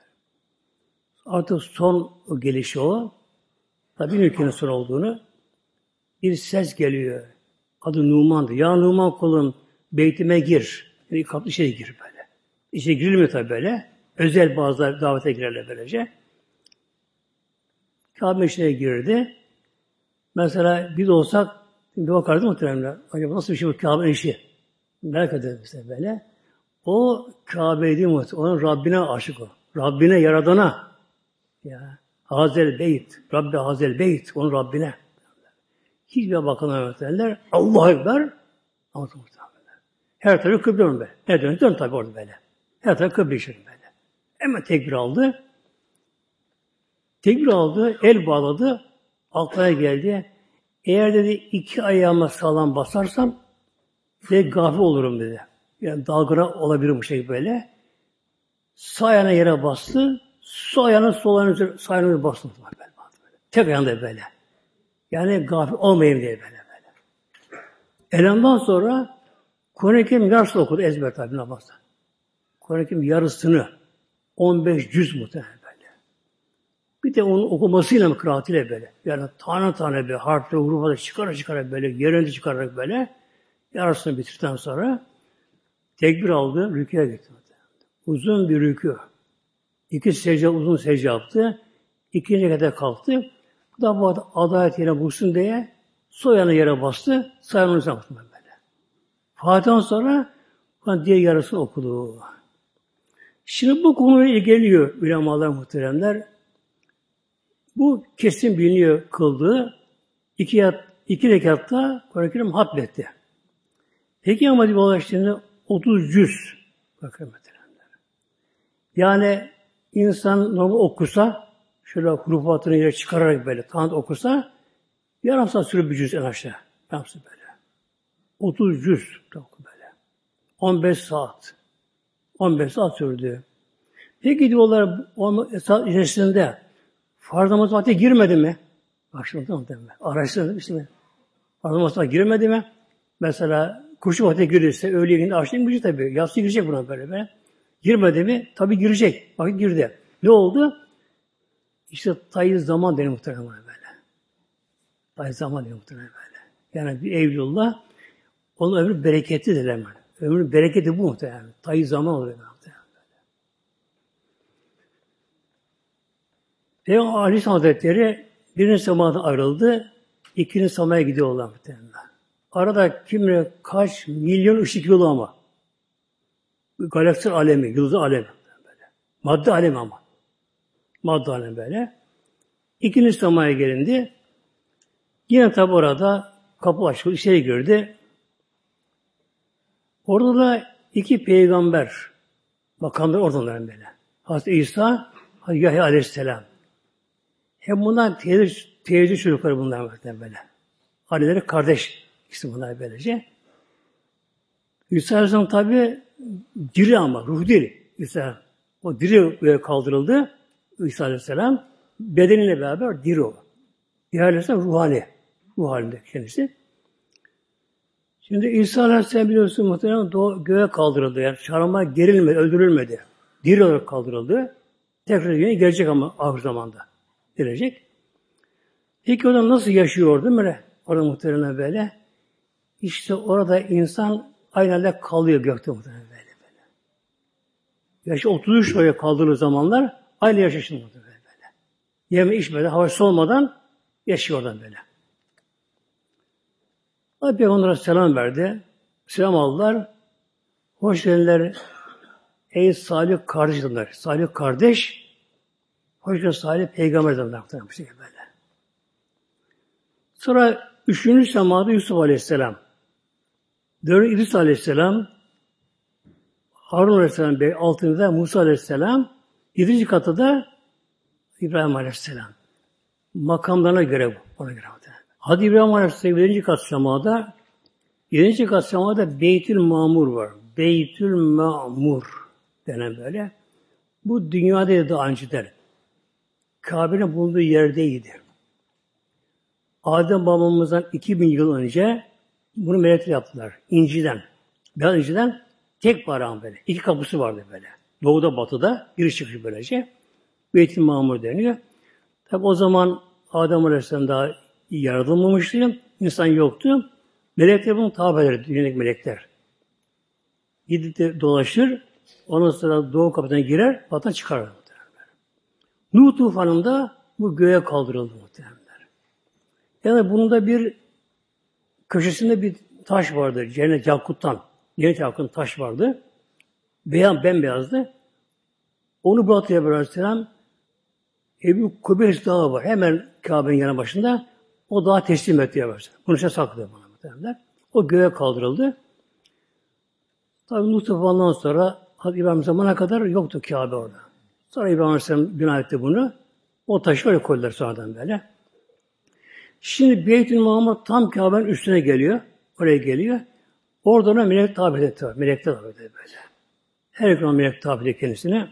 Artık son gelişi o. Tabi ülkenin son olduğunu. Bir ses geliyor. Adı Numan'dı. Ya Numan kulum beytime gir. Yani kaplı içeri gir böyle. İçeri girilmiyor tabi böyle. Özel bazılar davete girerler böylece. Kabe içine girdi. Mesela biz olsak bir bakardı muhtemelen. Acaba nasıl bir şey bu Kabe'nin işi? Merak ederdim işte böyle. O Kabe'yi değil muhtemelen. Onun Rabbine aşık o. Rabbine, Yaradan'a. Ya. Hazel beyt. Rabbi hazel beyt. Onun Rabbine. Hiçbir bakımdan muhtemelenler. Allahu Ekber. Ama muhtemelen. Her tarafı kıble onun böyle. Her tarafı dön tabi orada böyle. Her tarafı kıble işlerim böyle. Hemen tekbir aldı. Tekbir aldı. El bağladı. Aklına geldi. Eğer dedi iki ayağıma sağlam basarsam de gafil olurum dedi. Yani dalgına olabilir bu şey böyle. Sağ ayağına yere bastı. Sol ayağına sol ayağına sağ ayağına bastı. Böyle. Tek ayağında böyle. Yani gafil olmayayım diye böyle böyle. Elamdan sonra Kur'an-ı Kerim yarısı okudu ezber tabi namazda. Kur'an-ı Kerim yarısını on beş cüz muhtemelen böyle. Bir de onun okumasıyla mı kıraatiyle böyle. Yani tane tane böyle harfle, hurufla çıkara çıkara böyle, yerinde çıkararak böyle yarısını bitirdikten sonra tekbir aldı, rükûya gitti. Uzun bir rükû. İki secde, uzun secde yaptı. İkinci kadar kalktı. Bu da bu adalet yere bulsun diye sol yanı yere bastı, sağ yanı bastı böyle. Fatiha'dan sonra diğer yarısını okudu. Şimdi bu konuyla ilgileniyor ulemalar muhteremler. Bu kesin biliniyor kıldığı. İki, yat, iki rekatta Kur'an-ı Kerim hatmetti. Peki ama diye ulaştığında otuz cüz. Bakın muhteremler. Yani insan normal okusa, şöyle hurufatını yere çıkararak böyle tanıt okusa, yarım saat sürü bir cüz en aşağı. Yapsın böyle. otuz cüz böyle. on beş saat. on beş saat sürdü. Peki diyorlar on saat içerisinde farz namaz vakti girmedi mi? Bak şimdi tamam mı? Araştırdım işte. Farz namaz vakti girmedi mi? Mesela kuşu vakti girirse öğleye günde açtığın gücü tabii. Yatsı girecek buna böyle be. Girmedi mi? Tabii girecek. Vakit girdi. Ne oldu? İşte tayyiz zaman deniyor muhtemelen böyle. Tayyiz zaman deniyor muhtemelen böyle. Yani bir evlullah onun ömrü bereketlidir hemen. Ömrün bereketi bu muhtemelen. Tayyiz zaman oluyor muhtemelen. Peygamber Aleyhisselam Hazretleri birinci semadan ayrıldı. İkinci semaya gidiyorlar muhtemelen. Arada kimle kaç milyon ışık yılı ama. Galaksi alemi, yıldız alemi. Böyle. Madde alemi ama. Madde alemi böyle. İkinci semaya gelindi. Yine tabi orada kapı açıldı, içeri girdi. Orada da iki peygamber makamları oradalar böyle. Hazreti İsa, Hazreti Yahya Aleyhisselam. Hem bunlar teyze, teyze çocukları bunlar muhtemelen böyle. Anneleri kardeş ikisi bunlar böylece. İsa Aleyhisselam tabi diri ama, ruh değil. İsa, o diri böyle kaldırıldı. İsa Aleyhisselam bedeniyle beraber diri o. Yahya Aleyhisselam ruhani. Ruh halinde kendisi. Şimdi İsa Aleyhisselam biliyorsun muhtemelen doğu, göğe kaldırıldı. Yani çarmıha gerilmedi, öldürülmedi. Diri olarak kaldırıldı. Tekrar yine gelecek ama ahir zamanda. Gelecek. Peki orada nasıl yaşıyordu böyle? Orada muhtemelen böyle. İşte orada insan aynı kalıyor gökte muhtemelen böyle. böyle. Yaşı otuz üç oraya kaldırılır zamanlar Aynı yaşasın böyle. Yeme içmeden, havası olmadan yaşıyor oradan böyle. Allah Peygamber'e selam verdi. Selam aldılar. Hoş geldinler. Ey Salih kardeş dediler. Salih kardeş. Hoş geldin Salih Peygamber dediler. Böyle. Sonra üçüncü semada Yusuf Aleyhisselam. Dördüncü İdris Aleyhisselam. Harun Aleyhisselam Bey. Altıncıda Musa Aleyhisselam. Yedinci katı da İbrahim Aleyhisselam. Makamlarına göre bu. Ona göre. Hadi İbrahim Aleyhisselam yedinci kat semada, yedinci kat semada Beytül Mamur var. Beytül Mamur denen böyle. Bu dünyada daha önceden. Kabe'nin bulunduğu yerdeydi. Adem babamızdan iki bin yıl önce bunu melekler yaptılar. İnciden. Beyaz inciden tek parağın böyle. İki kapısı vardı böyle. Doğuda batıda giriş çıkış böylece. Beytül Mamur deniyor. Tabi o zaman Adem Aleyhisselam daha yaratılmamıştı. İnsan yoktu. Melekler bunu tabi eder. Dünyadaki melekler. Gidip de dolaşır. Ondan sonra doğu kapıdan girer. Batıdan çıkar. Nuh tufanında bu göğe kaldırıldı muhtemelen. Yani bunun da bir köşesinde bir taş vardı. Cennet yakuttan. Cennet yakuttan taş vardı. Beyaz, bembeyazdı. Onu Batı'ya Aleyhisselam Ebu Kubeys Dağı var. Hemen Kabe'nin yanı başında. O dağı teslim etti yavaşça. Bunu işte sakladı bana muhtemelen. O göğe kaldırıldı. Tabi Nuh tufanından sonra Hazreti İbrahim zamana kadar yoktu Kabe orada. Sonra İbrahim Aleyhisselam günah etti bunu. O taşı öyle koydular sonradan böyle. Şimdi Beytül Mamur tam Kabe'nin üstüne geliyor. Oraya geliyor. Orada ona melek tabi etti. Melekler var böyle. Her gün melek tabi etti kendisine.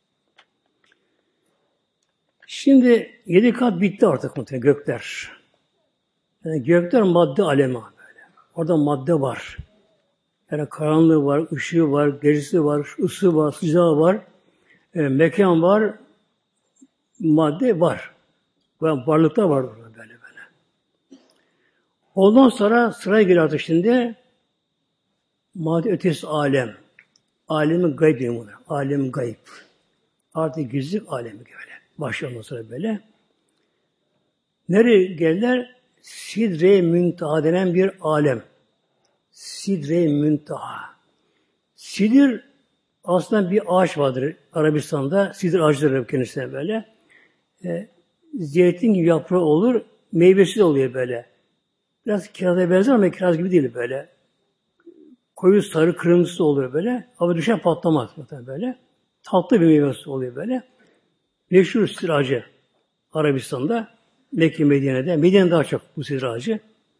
Şimdi yedi kat bitti artık muhtemelen gökler. Yani gökler madde alemi böyle. Orada madde var. Yani karanlığı var, ışığı var, gecesi var, ısı var, sıcağı var, e, mekan var, madde var. Ve varlıkta var burada böyle böyle. Ondan sonra sıraya geliyor artık şimdi madde ötesi alem. Alemin gayb diyor buna. Alem gayb. Artık gizlilik alemi böyle. Başlıyor ondan sonra böyle. Nereye geldiler? Sidre-i Müntaha denen bir alem. Sidre-i Müntaha. Sidir aslında bir ağaç vardır Arabistan'da. Sidir ağacıdır kendisine böyle. E, zeytin gibi yaprağı olur. Meyvesi de oluyor böyle. Biraz kiraza benzer ama kiraz gibi değil böyle. Koyu sarı kırmızısı oluyor böyle. Ama düşen patlamaz böyle. Tatlı bir meyvesi oluyor böyle. Meşhur sidir ağacı Arabistan'da. Mekke, Medine'de. Medine'de daha çok bu sidir ağacı.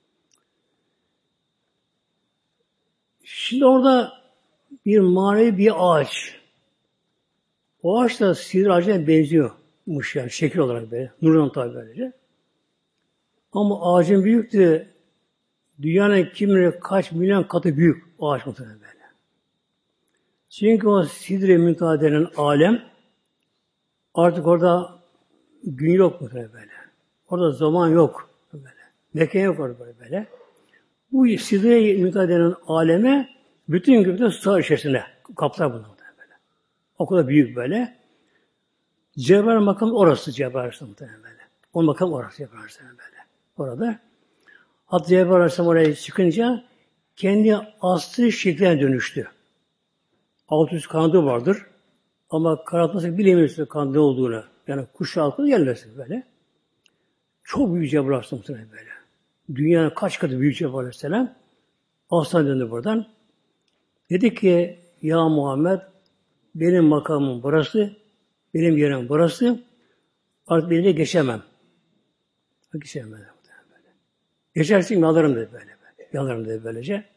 Şimdi orada bir manevi bir ağaç. O ağaç da sidir ağacına benziyormuş yani şekil olarak böyle. Nurdan tabi böylece. Ama ağacın büyüktü. Dünyanın kim bilir kaç milyon katı büyük o ağaç muhtemelen böyle. Çünkü o Sidre-i Müntaha denen alem artık orada gün yok muhtemelen böyle. Orada zaman yok böyle. Mekan yok orada böyle. böyle. Bu Sidre-i Müntaha denen aleme bütün gökte sığar içerisine kaplar bunu böyle. O kadar büyük böyle. Cebrail makam orası Cebrail Aleyhisselam böyle. O makam orası Cebrail Aleyhisselam böyle. Orada. Hatta Cebrail Aleyhisselam oraya çıkınca kendi aslı şekline dönüştü. Altı üst kanadı vardır. Ama kanatması bilemiyorsun kanadı olduğunu. Yani kuş altına gelmesin böyle. Çok büyük Cebrail Aleyhisselam böyle. Dünyanın kaç katı büyük Cebrail Aleyhisselam. Aslan döndü buradan. Dedi ki ya Muhammed benim makamım burası. Benim yerim burası. Artık benimle geçemem. Geçemem. Böyle. Geçersin yalarım dedi böyle. böyle. Yalarım dedi böylece.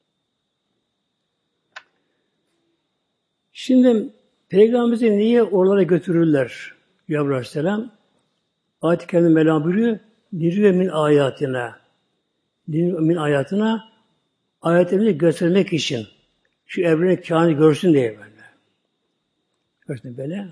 Şimdi Peygamberimizi niye oralara götürürler? Cebrail Aleyhisselam ayet-i kerime Mevla buyuruyor. Nirve min ayatına. Nirve min ayatına ayetimizi göstermek için. Şu evreni kâhını görsün diye böyle. Görsün böyle.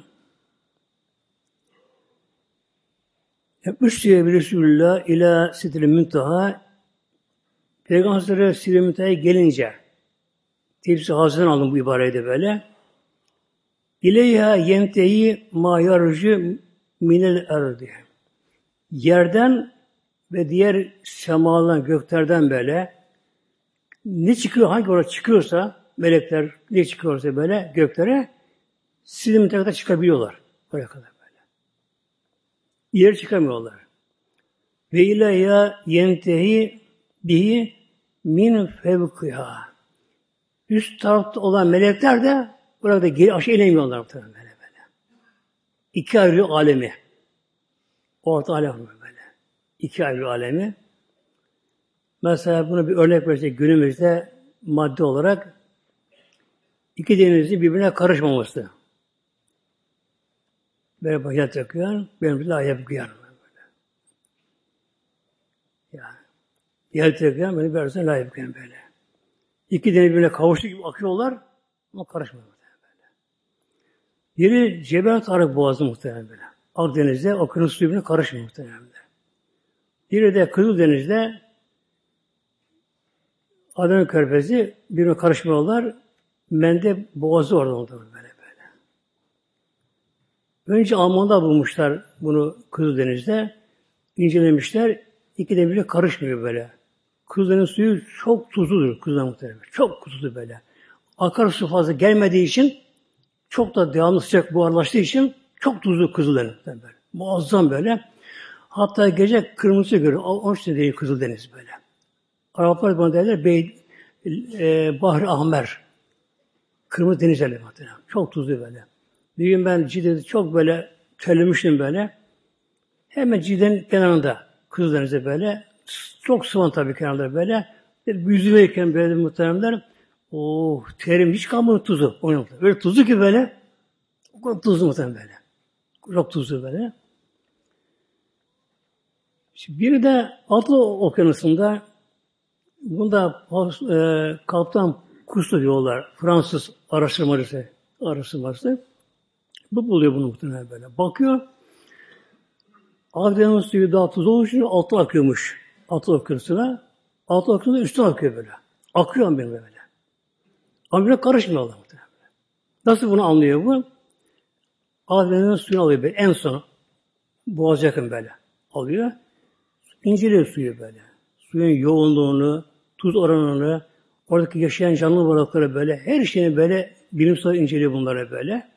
Üstüye bir Resulullah ila Sidre-i Müntaha Peygamber'e Sidre-i Müntaha'ya gelince tefsir hazırdan aldım bu ibareyi de böyle. İleyha yentehi ma yarju minel erdi. Yerden ve diğer semadan, göklerden böyle ne çıkıyor, hangi orada çıkıyorsa melekler ne çıkıyorsa böyle göklere silim kadar çıkabiliyorlar. Oraya kadar böyle. İleri çıkamıyorlar. Ve ileyha yentehi bihi min fevkiha. Üst tarafta olan melekler de burada geri aşağı inemiyorlar böyle böyle. İki ayrı alemi. Orta alem böyle. İki ayrı alemi. Mesela bunu bir örnek versek günümüzde madde olarak iki denizin birbirine karışmaması. Böyle başa takıyor, benim bir daha yapıyor. Yani. Yer takıyor, beni bir arasına layık yapıyor böyle. İki deniz birbirine kavuştu gibi akıyorlar ama karışmıyor. Biri Cebel Tarık Boğazı muhtemelen böyle. Akdeniz'de okyanus suyu birbirine karışmıyor muhtemelen. Biri de Kızıldeniz'de Adana Körfezi birbirine karışmıyorlar. Mende Boğazı orada oldu böyle böyle. Önce Almanlar bulmuşlar bunu Kızıldeniz'de. İncelemişler. İki de birbirine karışmıyor böyle. Kızıldeniz suyu çok tuzludur Kızıldeniz muhtemelen. Çok tuzlu böyle. Akarsu fazla gelmediği için çok da devamlı sıcak buharlaştığı için çok tuzlu Kızıldeniz böyle. Muazzam böyle. Hatta gece kırmızı görüyor. Onun için değil Kızıldeniz böyle. Araplar bana derler Bey e, Bahri Ahmer. Kırmızı deniz derler muhtemelen. Çok tuzlu böyle. Bir gün ben Cide'de çok böyle terlemiştim böyle. Hemen Cide'nin kenarında Kızıldeniz'de böyle. Çok sıvan tabii kenarında böyle. Yüzümeyken böyle muhteremler. Oh terim hiç kalmadı tuzu. Böyle tuzlu ki böyle. O kadar tuzlu muhterem böyle. Çok tuzlu böyle. Şimdi biri de Atlı Okyanusu'nda bunda e, Kaptan Cousteau diyorlar. Fransız araştırmacısı. Araştırmacısı. Bu buluyor bunu muhtemelen böyle. Bakıyor. Akdeniz suyu daha tuzlu olduğu için altta akıyormuş. Atlı Okyanusu'na. Atlı Okyanusu'na üstten akıyor böyle. Akıyor benim böyle. Ama birbirine karışmıyorlar muhtemelen. Nasıl bunu anlıyor bu? Akdeniz'in suyunu alıyor böyle. En son boğaz yakın böyle alıyor. İnceliyor suyu böyle. Suyun yoğunluğunu, tuz oranını, oradaki yaşayan canlı varlıkları böyle, her şeyini böyle bilimsel inceliyor bunları böyle.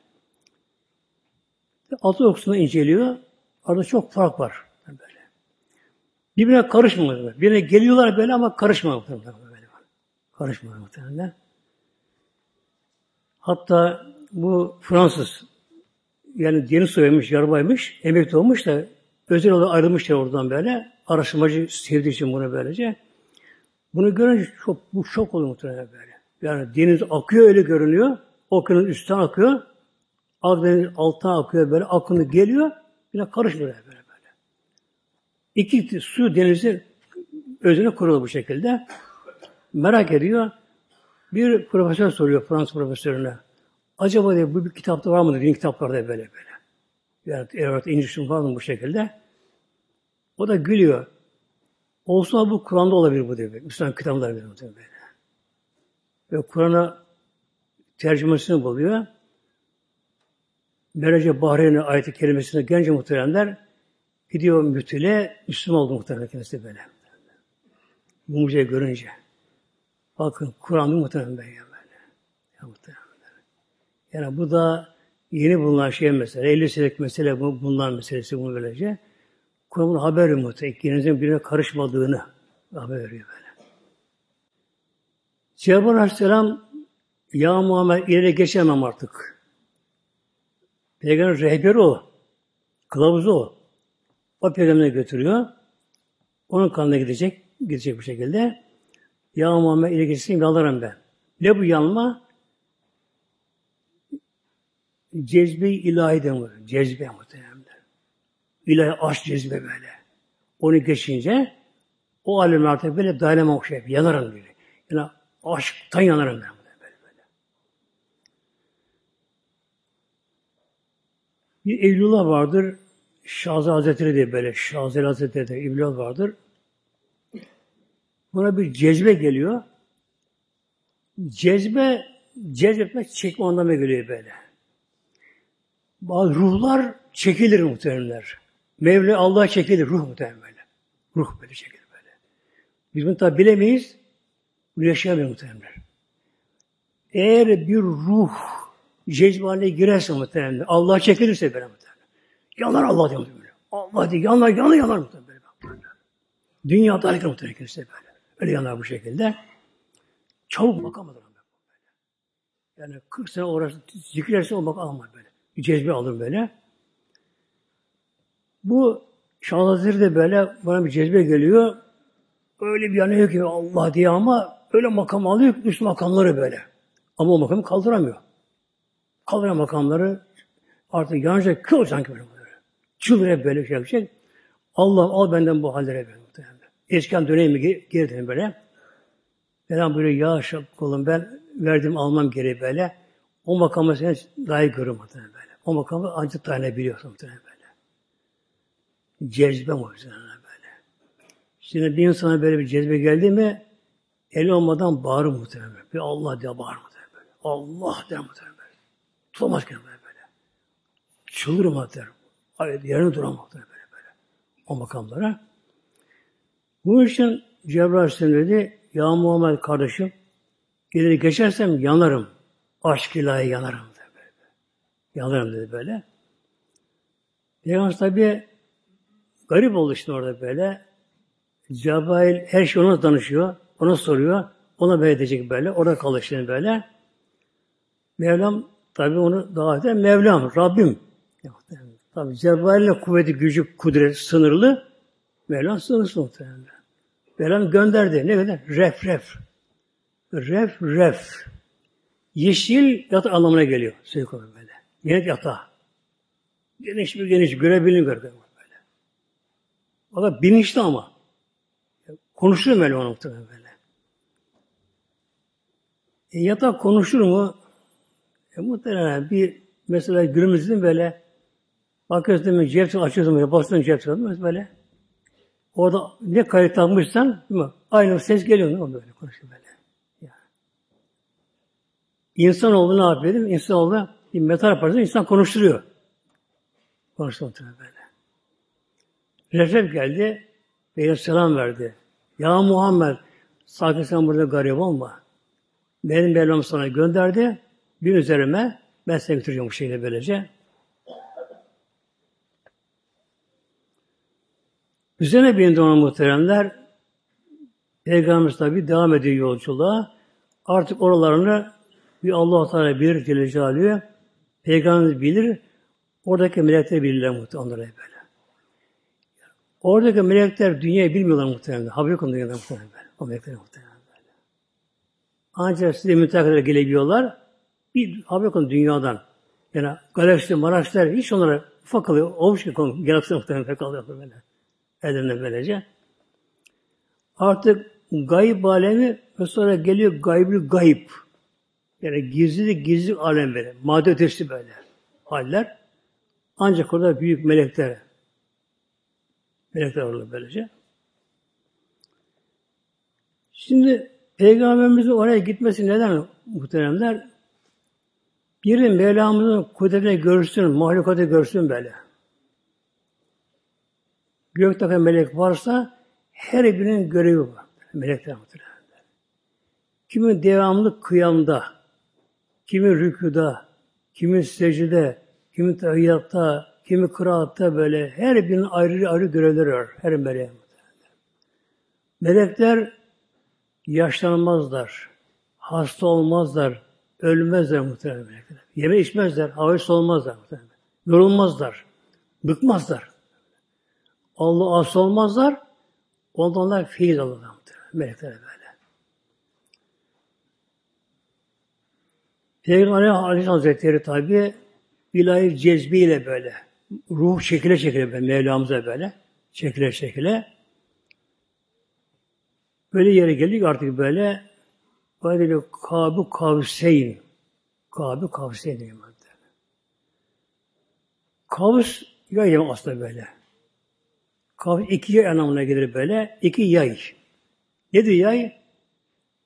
Altı okusunu inceliyor. Arada çok fark var. Böyle. Birbirine karışmıyor. Birbirine geliyorlar böyle ama karışmıyor. Böyle. Karışmıyor muhtemelen. Hatta bu Fransız yani yeni soyulmuş, yarbaymış, emekli olmuş da özel olarak ayrılmışlar oradan böyle. Araştırmacı sevdiği için bunu böylece. Bunu görünce çok, bu şok oluyor muhtemelen böyle. Yani deniz akıyor öyle görünüyor. Okyanus üstten akıyor. Akdeniz alttan akıyor böyle. Akını geliyor. Yine karışmıyor böyle böyle. İki su denizi özüne kurulu bu şekilde. Merak ediyor. Bir profesör soruyor Fransız profesörüne. Acaba diye bu bir kitapta var mı? Din kitaplarda böyle böyle. Yani evet İncil'in var mı bu şekilde? O da gülüyor. Olsa bu Kur'an'da olabilir bu diyor. Müslüman kitaplar böyle. Ve Kur'an'a tercümesini buluyor. Merece Bahreyn'e ayeti kelimesine gence muhteremler gidiyor müftüyle Müslüman oldu muhterem kendisi böyle. Bu mucizeyi görünce. Bakın Kur'an'ı muhterem böyle. Ya muhterem. Yani bu da yeni bulunan şey mesela. elli senelik mesele bu, bulunan meselesi bunu böylece. Kur'an'ın haber veriyor muhterem. İkinizin birbirine karışmadığını haber veriyor böyle. Cebrail Aleyhisselam ya Muhammed ileri geçemem artık. Peygamber rehberi o. Kılavuzu o. O peygamberine götürüyor. Onun kanına gidecek. Gidecek bu şekilde. Ya Muhammed ileri geçsin yalvarırım ben. Ne bu yanma? Cezbe-i ilahi de var. Cezbe muhtemelen. İlahi aşk cezbe böyle. Onu geçince o alemler artık böyle dayanamam şey. Yanarım böyle. Yani aşktan yanarım ben. Böyle, böyle. Bir Evliullah vardır. Şazı Hazretleri diye böyle. Şazeli Hazretleri de Evliullah vardır. Buna bir cezbe geliyor. Cezbe, cezbetmek çekme anlamına geliyor böyle. Bazı ruhlar çekilir muhteremler. Mevla Allah'a çekilir ruh muhterem böyle. Ruh böyle çekilir böyle. Biz bunu tabi bilemeyiz. Bunu yaşayamayız muhteremler. Eğer bir ruh cezbe haline girerse muhteremler, Allah'a çekilirse böyle muhteremler. Yanar Allah diyor böyle. Allah diyor, yanar, yanar, yanar muhteremler. Dünya darlıkla muhteremler girerse böyle. Öyle yanar bu şekilde. Çabuk bakamaz. Yani kırk sene uğraştı, zikirlerse o bak almaz böyle. Bir cezbe alır böyle. Bu Şah Hazretleri de böyle bana bir cezbe geliyor. Öyle bir yanıyor ki Allah diye ama öyle makam alıyor ki üst makamları böyle. Ama o makamı kaldıramıyor. Kaldıran makamları artık yanacak kıl sanki böyle. Çıldırıp böyle şey yapacak. Allah'ım al benden bu hallere böyle. Eskiden döneyim mi geri döneyim böyle. Neden böyle ya kulum ben verdim almam gereği böyle. O makamı sen layık görüyorum böyle. O makamı ancak dayanabiliyorsun böyle. Cezbe muhtemelen böyle. Şimdi bir insana böyle bir cezbe geldi mi eli olmadan bağırır muhtemelen. Bir Allah diye bağırır muhtemelen böyle. Allah der muhtemelen böyle. Tutamaz kendini böyle. Çıldırır muhtemelen. Hayır yerine duramaz muhtemelen böyle, böyle. O makamlara. Bu için Cebrail Aleyhisselam dedi ya Muhammed kardeşim ileri geçersem yanarım. Aşk ilahi yanarım dedi böyle. Yanarım dedi böyle. Peygamber tabi garip oldu işte orada böyle. Cebrail her şey ona danışıyor. Ona soruyor. Ona böyle edecek böyle. Orada kalır şimdi böyle. Mevlam tabi onu davet eder. Mevlam, Rabbim. Tabi Cebrail'le kuvveti, gücü, kudret sınırlı. Mevlam sınırsız muhtemelen. Mevlam gönderdi. Ne kadar? Ref, ref. Ref, ref. Yeşil yatak anlamına geliyor. Sürekli böyle. Yenik yatağı. Geniş bir geniş. Görebilin görebilin böyle. Fakat bilinçli ama. Konuşur mu öyle ona muhtemelen böyle. E, yatak konuşur mu? E, muhtemelen bir mesela günümüzün böyle bakıyorsun değil mi? Cep açıyorsun böyle. Basıyorsun cep çalıyorsun böyle. Orada ne kayıt almışsan değil mi? Aynı ses geliyor. Ne oluyor böyle konuşuyor böyle. Yani. İnsanoğlu ne yapıyor değil mi? İnsanoğlu bir metal yaparsa insan konuşturuyor. Konuşturuyor böyle. Recep geldi. Bey'e selam verdi. Ya Muhammed sakın sen burada garip olma. Benim Mevlam sana gönderdi. Bir üzerime ben seni götüreceğim bu şekilde böylece. Üzerine bindi ona muhteremler. Peygamberimiz tabi devam ediyor yolculuğa. Artık oralarını bir Allah-u Teala bilir Celle Celaluhu. Peygamberimiz bilir. Oradaki melekler bilirler muhtemelen onlara böyle. Oradaki melekler dünyayı bilmiyorlar muhtemelen. Haberi yok dünyada muhtemelen böyle. O melekler muhtemelen böyle. Ancak size müteakkadar gelebiliyorlar. Bir haber yok dünyadan. Yani galaksi, maraşlar hiç onlara ufak kalıyor. Olmuş ki konu. Galaksi muhtemelen kalıyor böyle. Ellerine böylece. Artık gayb alemi ve sonra geliyor gaybül gayb. Yani gizli gizli alem böyle. Madde ötesi böyle. Haller. Ancak orada büyük melekler melekler orada böylece. Şimdi Peygamberimizin oraya gitmesi neden muhteremler? Biri Mevlamızın kudretini görsün, mahlukatı görsün böyle. Gökteki melek varsa her birinin görevi var. Melekler muhtemelen. Kimin devamlı kıyamda, kimin rükûda, kimin secde, kimin tahiyyatta, kimin kıraatta böyle her birinin ayrı ayrı görevleri var. Her meleğe. Melekler yaşlanmazlar, hasta olmazlar, ölmezler muhtemelen melekler. Yeme içmezler, havayı olmazlar muhtemelen. Yorulmazlar, bıkmazlar. Allah asıl olmazlar, ondan onlar feyiz alırlar muhtemelen. Melekler böyle. Peygamber Aleyhisselam Hazretleri tabi ilahi cezbiyle böyle ruh şekile şekile böyle Mevlamıza böyle şekile şekile böyle yere geldik artık böyle böyle Kâb-ı Kavseyn Kâb-ı Kavseyn diyor. Kavs yay aslında böyle. Kavs iki yay anlamına gelir böyle. İki yay. Nedir yay?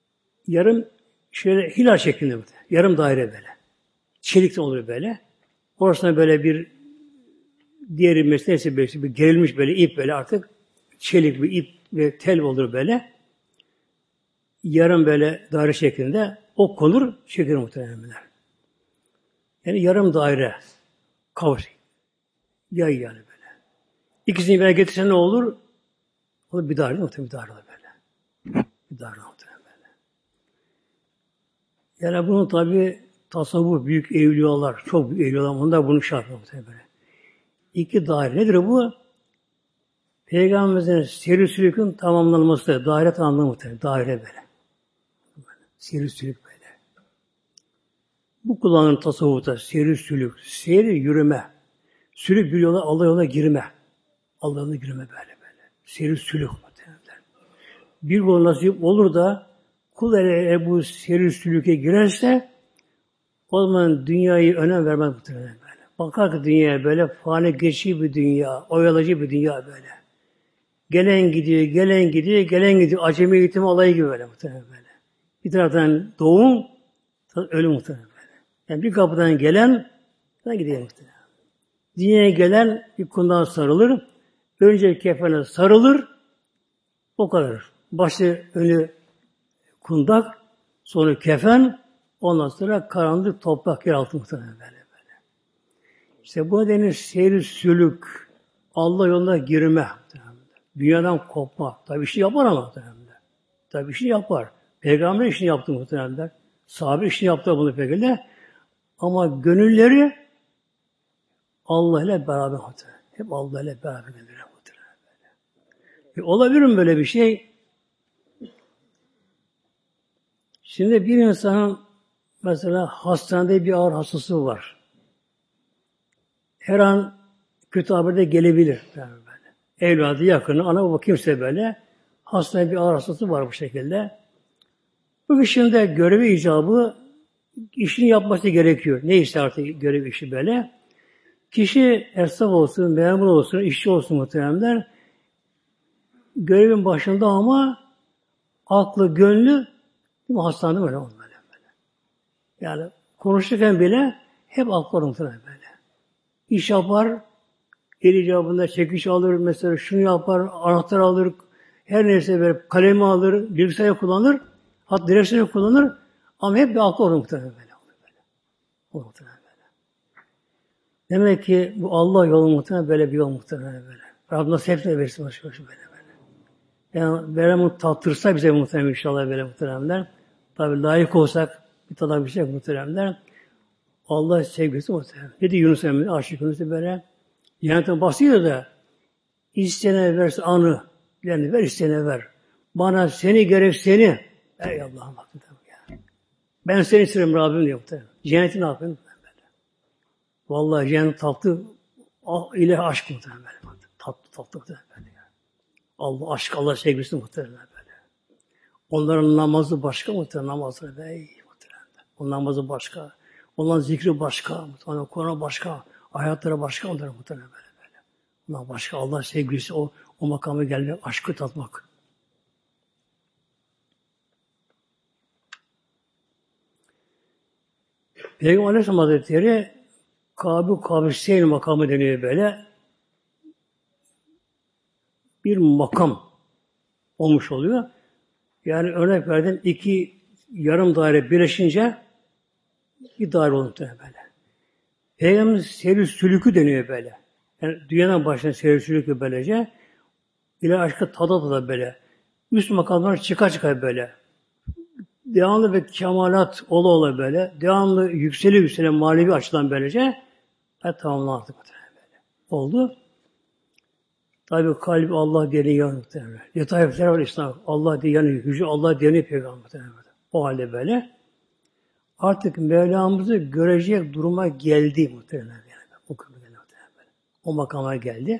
Yarım şöyle hilal şeklinde böyle. Yarım daire böyle. Çelikten olur böyle. Orasına böyle bir diğeri meselesi böyle bir gerilmiş böyle ip böyle artık çelik bir ip ve tel olur böyle. Yarım böyle daire şeklinde ok konur, çekilir muhtemelenler. Yani yarım daire kavuş. Yay yani böyle. İkisini bir getirsen ne olur? O da bir daire muhtemelen bir daire olur böyle. Bir daire muhtemelen böyle. Yani bunu tabi tasavvuf, büyük evliyalar, çok büyük evliyalar, onlar bunu şart muhtemelen böyle. İki daire. Nedir bu? Peygamberimizin seri sülükün tamamlanması, daire tamamlanması muhtemelen. Daire böyle. Seri sülük böyle. Bu kullanılan tasavvufta seri sülük, seri yürüme, sülük bir yola, Allah yola girme. Allah yoluna girme böyle böyle. Seri sülük muhtemelen. Bir yol nasip olur da kul eğer bu seri sülüke girerse o zaman dünyayı önem vermez muhtemelen böyle. Bakar ki dünyaya böyle fani geçici bir dünya, oyalayıcı bir dünya böyle. Gelen gidiyor, gelen gidiyor, gelen gidiyor. Acemi eğitim olayı gibi böyle muhtemelen böyle. Bir taraftan doğum, ölüm muhtemelen böyle. Yani bir kapıdan gelen, ben gideyim muhtemelen. Dünyaya gelen bir kundan sarılır. Önce kefene sarılır. O kadar. Başı, önü kundak, sonra kefen, ondan sonra karanlık toprak yer altı muhtemelen böyle böyle. İşte bu denir seyir sülük, Allah yoluna girme. Dünyadan kopma. Tabi işini yapar ama muhtemelen. Tabi işini yapar. Peygamber işini yaptı muhtemelen. Sahabe işini yaptı bunu pekala. Ama gönülleri Allah ile beraber muhtemelen. Hep Allah ile beraber gönülleri muhtemelen. E, olabilir mi böyle bir şey? Şimdi bir insanın mesela hastanede bir ağır hastası var. Her an kötü haber de gelebilir. Yani böyle. Evladı, yakını, ana baba kimse böyle. Hastanede bir ağır hastası var bu şekilde. Bu kişinin de görevi icabı işini yapması gerekiyor. Neyse artık görev işi böyle. Kişi esnaf olsun, memur olsun, işçi olsun muhtemelenler. Görevin başında ama aklı, gönlü hastanede böyle olmalı. Böyle. Yani konuşurken bile hep aklı muhtemelen böyle. İş yapar, el icabında çekiş alır, mesela şunu yapar, anahtar alır, her neyse böyle kalemi alır, bilgisayarı kullanır, hatta direksiyonu kullanır ama hep bir aklı olur muhtemelen böyle. böyle. O muhtemelen böyle. Demek ki bu Allah yolu muhtemelen böyle bir yol muhtemelen böyle. Rabbim nasıl hepsine versin başı başı böyle böyle. Yani böyle bunu tattırsa bize muhtemelen inşallah böyle muhtemelen. Tabi layık olsak bir tadabilecek muhtemelen. Allah sevgisi muhtemelen. Dedi Yunus Emre, aşık Yunus böyle. Yani bahsediyor da isteyene verse anı, yani ver isteyene ver. Bana seni gerek seni. Ey Allah'ım baktım ya. Ben seni isterim Rabbim diyor muhtemelen. Cenneti ne yapayım? Böyle. Vallahi cennet tatlı ile aşk muhtemelen böyle. Tatlı tatlı muhtemelen böyle. Allah aşk, Allah sevgisi muhtemelen böyle. Onların namazı başka muhtemelen namazları be. Muhtemelen. Onların namazı başka. Onların zikri başka. Onların Kur'an başka. Hayatları başka onların muhtemelen böyle böyle. Ondan başka Allah sevgisi o o makama gelmek, aşkı tatmak. Peygamber Aleyhisselam Hazretleri Kâb-ı Kâb-ı makamı deniyor böyle. Bir makam olmuş oluyor. Yani örnek verdim iki yarım daire birleşince bir daire oluyor böyle. Peygamberin seyir sülükü deniyor böyle. Yani dünyadan başlayan seyir sülükü böylece ile aşkı tada tada böyle. Üst makamlar çıka çıka böyle. Devamlı bir kemalat ola ola böyle. Devamlı yükseli yükselen manevi açıdan böylece ve tamamlandı böyle. Oldu. Tabi kalbi Allah diye yanıyor muhtemelen. Detaylar var İslam. Allah diye yanıyor. Yüce Allah diye yanıyor Peygamber muhtemelen. O halde böyle. Artık Mevlamızı görecek duruma geldi muhtemelen. Yani. O, muhtemelen. O makama geldi.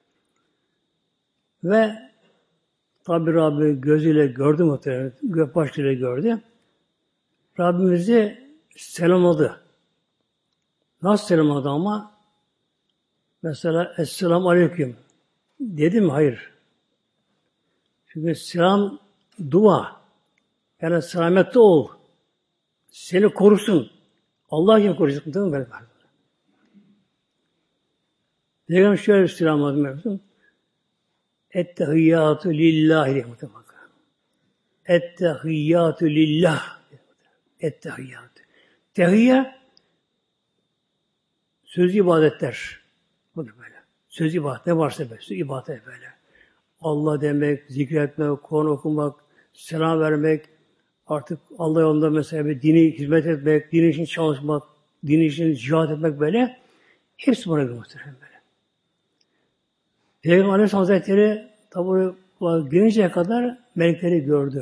Ve tabi Rabbi gözüyle gördü muhtemelen. Gök başlığıyla gördü. Rabbimizi selamladı. Nasıl selamladı ama? Mesela Esselamu Aleyküm. Dedi mi? Hayır. Çünkü selam dua. Yani selametli ol. Seni korusun. Allah için koruyacak. Değil mi? Peygamber şöyle selamladı. Ettehiyyatü lillahi diye muhtemelen. Ettehiyyatü lillah. Ettehiyyatü. Tehiyye söz ibadetler. Bu da böyle. Söz ibadet ne varsa böyle. Söz ibadet böyle. Allah demek, zikretmek, Kur'an okumak, selam vermek, artık Allah yolunda mesela bir dini hizmet etmek, din için çalışmak, din için cihad etmek böyle. Hepsi buna göre muhtemelen böyle. Peygamber Aleyhisselam Hazretleri tabi gelinceye kadar melekleri gördü.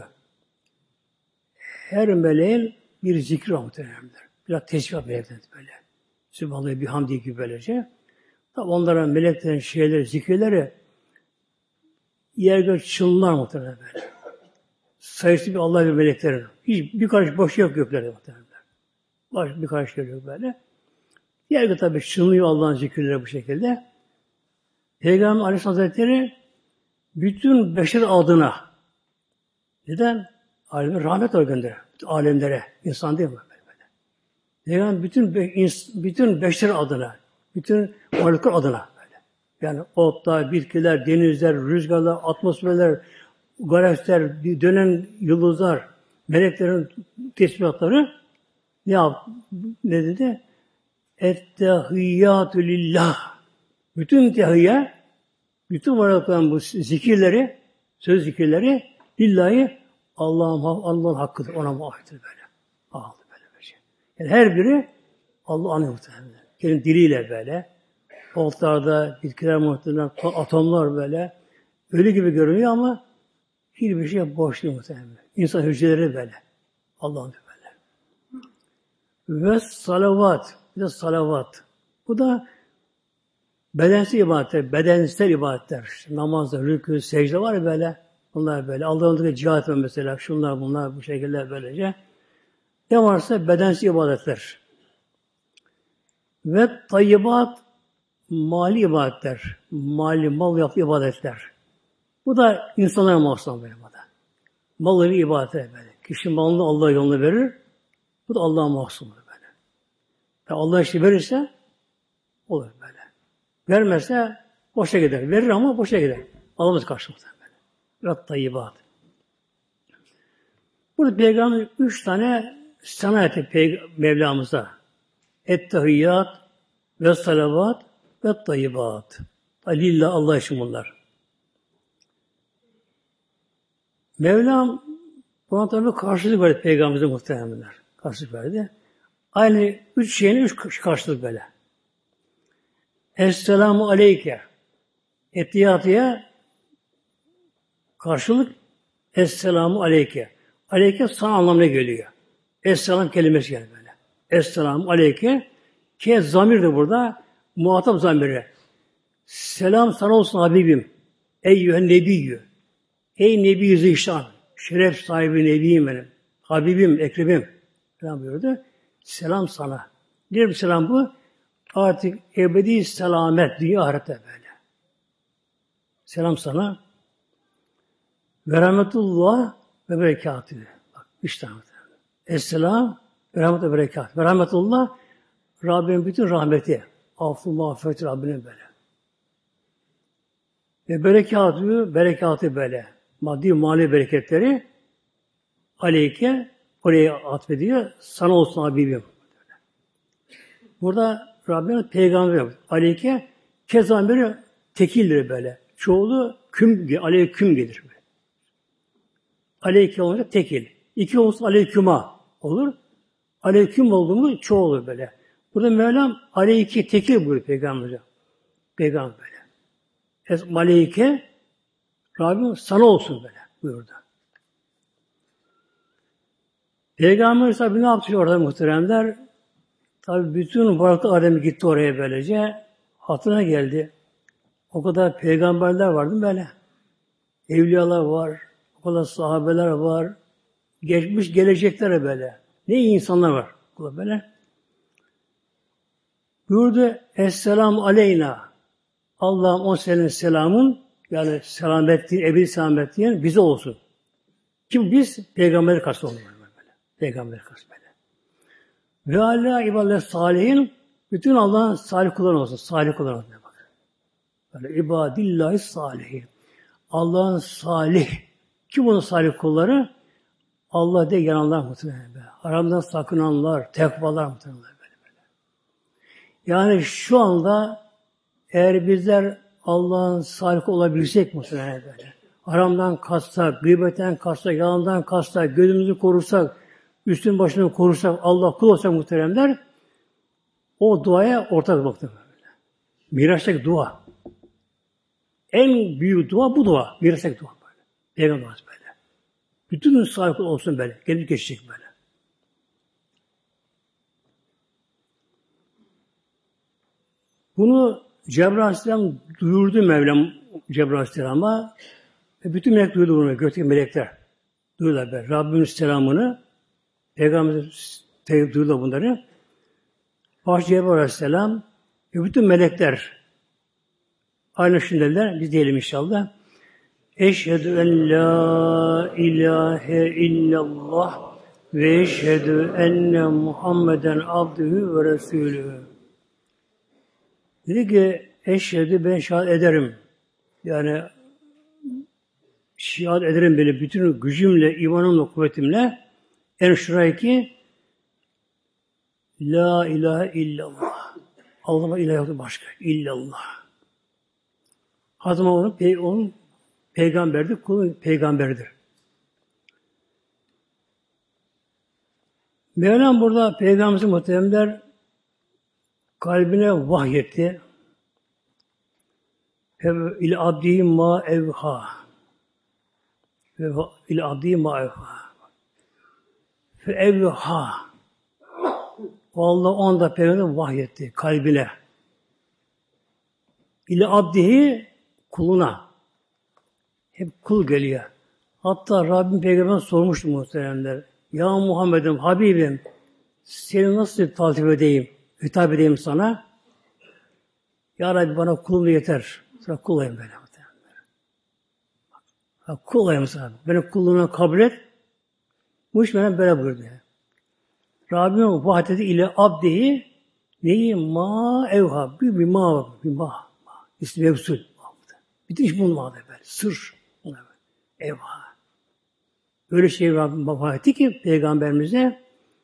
Her meleğin bir zikri var muhtemelenler. Biraz tesbih melekler böyle. Sübhanallah bihamdi gibi böylece. Tabi onlara meleklerin şeyleri, zikirleri yer gök çınlar muhtemelen böyle. Sayısı bir Allah ve meleklerin. Hiç bir karış boş yok göklerde muhtemelen. Baş, bir karış geliyor böyle. Yer gök tabi çınlıyor Allah'ın zikirleri bu şekilde. Peygamber Aleyhisselam Hazretleri bütün beşer adına neden? Aleme rahmet olarak gönderiyor. Bütün alemlere. İnsan değil mi? Böyle. Peygamber bütün, bütün beşer adına, bütün varlıklar adına böyle. Yani otlar, bitkiler, denizler, rüzgarlar, atmosferler, galaksiler, dönen yıldızlar, meleklerin tesbihatları ne yaptı? Ne dedi? Ettehiyyatü lillah. Bütün tehiyye, bütün varlıkların bu zikirleri, söz zikirleri lillahi Allah'ın Allah'ın hakkıdır. Ona muaittir böyle. Aldı böyle bir şey. Yani her biri Allah anıyor muhtemelen. Kendi diliyle böyle. Otlarda, bitkiler muhtemelen, atomlar böyle. Ölü gibi görünüyor ama hiçbir şey boş değil muhtemelen. İnsan hücreleri böyle. Allah'ın böyle. Ve salavat. Bir de salavat. Bu da bedensel ibadetler, bedensel ibadetler. İşte namazda, rükû, secde var ya böyle. Bunlar böyle. Allah'ın cihat etme mesela. Şunlar bunlar bu şekilde böylece. Ne varsa bedensel ibadetler. Ve tayyibat mali ibadetler. Mali, mal yaptığı ibadetler. Bu da insanlara mahsus böyle bu da. Malları ibadetler böyle. Kişi malını Allah yoluna verir. Bu da Allah'a mahsus böyle. Ve Allah işi verirse olur böyle. Vermezse boşa gider. Verir ama boşa gider. Alamaz karşımıza böyle. Ve tayyibat. Burada Peygamber üç tane sana etti Mevlamıza. Ettehiyyat ve salavat ve tayyibat. Lillah Allah için bunlar. Mevlam buna tabi karşılık verdi Peygamberimize muhtemelenler. Karşılık verdi. Aynı üç şeyin üç karşılık böyle. Esselamu aleyke. Ettiyatıya karşılık Esselamu aleyke. Aleyke sana anlamına geliyor. Esselam kelimesi yani böyle. Esselamu aleyke. Ki zamir de burada muhatap zamiri. Selam sana olsun Habibim. Eyyühen nebiyyü. Ey Nebi-i Zişan. Şeref sahibi Nebiyim benim. Habibim, Ekremim. Selam buyurdu. Selam sana. Diğer bir selam bu. Artık ebedi selamet diye ahirette böyle. Selam sana. Ve rahmetullah ve berekatü. Bak üç tane. Esselam ve rahmet ve berekat. Ve rahmetullah Rabbinin bütün rahmeti. Affı mağfireti Rabbinin böyle. Ve berekatü, berekatı böyle. Maddi mali bereketleri aleyke oraya atfediyor. Sana olsun Habibim. Burada Rabbinin peygamber aleyke kezamberi tekildir böyle. Çoğulu küm, aleyküm gelir. Böyle. Aleyke olunca tekil. İki olsun aleyküma olur. Aleyküm oldu mu çoğu olur böyle. Burada Mevlam aleyke tekil buyuruyor peygamberce. Peygamber böyle. Es aleyke Rabbim sana olsun böyle buyurdu. Peygamber tabi ne yaptı orada muhteremler? Tabi bütün varlıklı alemi gitti oraya böylece. Hatırına geldi. O kadar peygamberler vardı böyle. Evliyalar var. O kadar sahabeler var. Geçmiş gelecekler böyle. Ne iyi insanlar var. Böyle. Buyurdu. Esselamu aleyna. Allah'ım on senin selamın yani selametliğin, ebedi selametliğin bize olsun. Kim biz? Peygamber'e karşı olmuyor böyle. Peygamber'e karşı böyle. Ve Allah ibadet salihin bütün Allah'ın salih kulları olsun. Salih kulları olsun. Bak. Yani ibadillahi salihin. Allah'ın salih. Kim onun salih kulları? Allah de yananlar muhtemelen. Haramdan sakınanlar, tekvalar muhtemelen. Böyle böyle. Yani şu anda eğer bizler Allah'ın salih olabilsek muhtemelen böyle. Haramdan kaçsak, gıybetten kaçsak, yalandan kaçsak, gözümüzü korursak, üstün başını korursak, Allah kul olsak muhteremler, o duaya ortak baktık böyle. Miraç'taki dua. En büyük dua bu dua. Miraç'taki dua böyle. Peygamber duası böyle. Bütün salih kul olsun böyle. Gelip geçecek böyle. Bunu Cebrail Aleyhisselam duyurdu Mevlam Cebrail Aleyhisselam'a. Ve bütün melek duydu bunu. Gökteki melekler duydular böyle. Rabbimin selamını Peygamberimiz duydu bunları. Baş Cebrail Aleyhisselam ve bütün melekler aynı şimdiler. Biz diyelim inşallah. Eşhedü en la ilahe illallah ve eşhedü enne Muhammeden abdühü ve resulühü. Dedi ki eşhedü ben şahit ederim. Yani şahit ederim böyle bütün gücümle, imanımla, kuvvetimle en şurayı ki la ilahe illallah. Allah'a ilah yoktur başka. İllallah. Hazım onun, pey onun peygamberdir, kulun peygamberdir. Mevlam burada Peygamberimizin muhteremler kalbine vahyetti. İl abdi ma evha. Ve il abdi ma evha. Fe evha. Allah onda Peygamber'e vahyetti kalbine. İl abdihi kuluna. Hep kul geliyor. Hatta Rabbim Peygamber'e sormuştu muhteremler. Ya Muhammed'im, Habibim, seni nasıl taltif edeyim, hitap edeyim sana? Ya Rabbi bana kulum yeter. Sonra kul olayım böyle. Kul olayım sana. Beni kulluğuna kabul et. Bu iş bana böyle buyurdu. Rabbimin vahdeti ile abdeyi neyi? Ma evha. Bir, bir ma. Bir ma. ma. İsmi mevsul. Bütün iş bunun ma'da böyle. Sır. Evha. Öyle şey Rabbim vahyetti ki Peygamberimize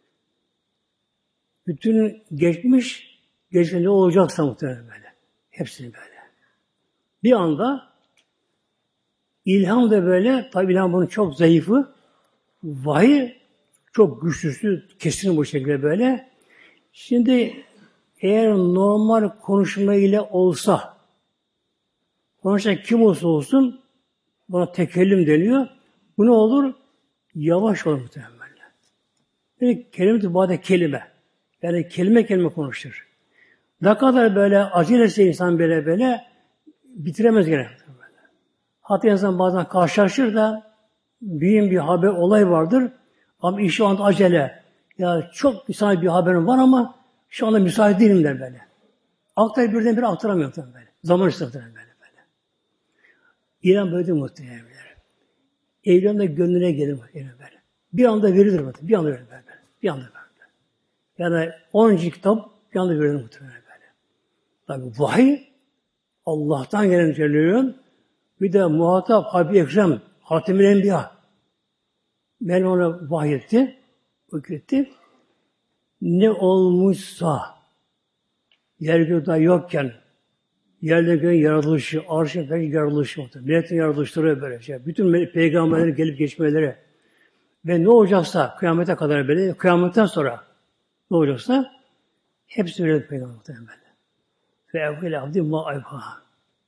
bütün geçmiş geçmiş ne olacaksa muhtemelen böyle. Hepsini böyle. Bir anda ilham da böyle, tabi ilham bunun çok zayıfı, vahiy çok güçlüsü, kesin bu şekilde böyle. Şimdi eğer normal konuşma ile olsa, konuşan kim olsa olsun, buna tekellim deniyor. Bu ne olur? Yavaş olur muhtemelen. Yani kelime-i bade kelime. Yani kelime kelime konuşur. Ne kadar böyle acelesi insan böyle böyle bitiremez gene. Hatta insan bazen karşılaşır da büyük bir haber, olay vardır. Ama iş şu anda acele. Ya çok müsait bir haberim var ama şu anda müsait değilim der böyle. Aktar birden bir aktaramıyor böyle. Zaman istiyor böyle böyle. İran böyle muhtemelen. Evliyanın da gönlüne gelir böyle. Bir anda verilir böyle. Bir anda verilir böyle. Bir anda böyle. Yani onuncu kitap bir anda verilir muhtemelen böyle. Tabi vahiy Allah'tan gelen geliyor. Bir de muhatap Habib-i Ekrem Hatem-i Enbiya. Mevlam ona vahyetti, hükmetti. Ne olmuşsa yer gökte yokken yerle göğün yaratılışı, arşın pek yaratılışı, milletin yaratılışları böyle şey. Bütün peygamberlerin gelip geçmeleri ve ne olacaksa kıyamete kadar böyle, kıyametten sonra ne olacaksa hepsi öyle peygamberlerin böyle. Ve evvel abdi ma ayfa.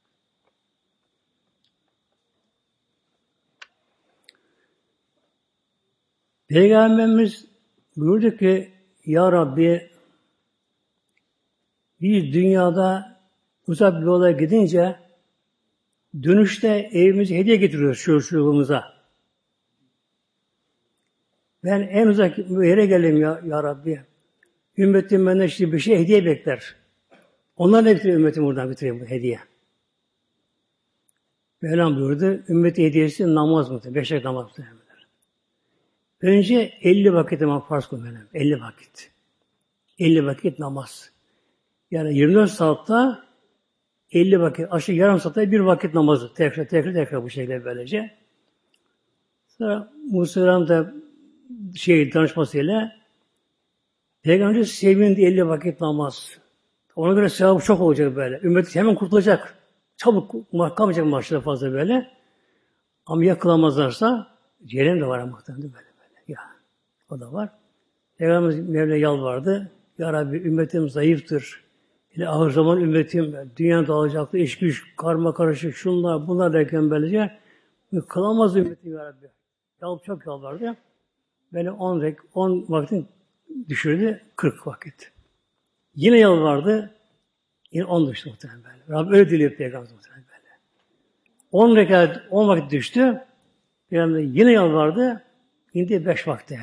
Peygamberimiz buyurdu ki Ya Rabbi biz dünyada uzak bir yola gidince dönüşte evimize hediye getiriyoruz çocukluğumuza. Ben en uzak bir yere geldim ya, ya Rabbi. Ümmetim benden işte bir şey hediye bekler. Onlar ne getiriyor ümmetim buradan getiriyor bu hediye. Mevlam buyurdu. Ümmeti hediyesi namaz mı? Beş ay namaz mı? Önce elli vakit namaz farz kılın. elli vakit. elli vakit namaz. Yani yirmi dört saatte elli vakit, aşağı yarım saatte bir vakit namazı. Tekrar tekrar tekrar bu şekilde böylece. Sonra Musa Aleyhisselam da şey danışmasıyla Peygamber sevindi elli vakit namaz. Ona göre sevabı çok olacak böyle. Ümmet hemen kurtulacak. Çabuk kalmayacak marşada fazla böyle. Ama ya kılamazlarsa cehennem de var ama muhtemelen böyle böyle. Ya o da var. Peygamberimiz Mevla yalvardı. Ya Rabbi ümmetim zayıftır. Hele ahir zaman ümmetim dünya dağılacaktır. İş güç, karma karışık, şunlar bunlar derken böylece kılamaz ümmetim ya Rabbi. Yal çok yalvardı. Böyle on rek, on vaktin düşürdü kırk vakit. Yine yalvardı. Yine on düştü muhtemelen böyle. Rabbi öyle diliyor Peygamber muhtemelen böyle. on rekat, on vakit düştü. Peygamber yine yalvardı. İndi beş vakte.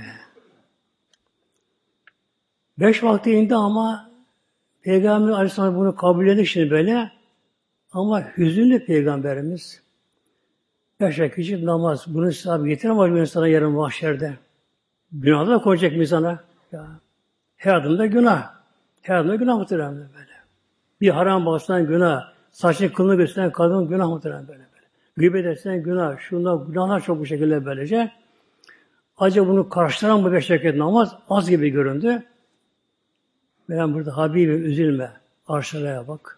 Beş vakte indi ama Peygamber Aleyhisselam bunu kabul etti şimdi böyle. Ama hüzünlü Peygamberimiz. Beş vakit namaz. Bunu sahibi getiremez bir insana yarın mahşerde. Günah da koyacak mizana. Ya. Her adımda günah. Her adımda günah muhtemelen böyle. Bir haram bağışlayan günah. Saçını kılını gösteren kadın günah muhtemelen böyle. böyle. Gıybet etsen günah. Şunlar günahlar çok bu şekilde böylece. Acaba bunu karşılayan bu beş vakit namaz az gibi göründü. Ben burada Habibim üzülme. Arşalaya bak.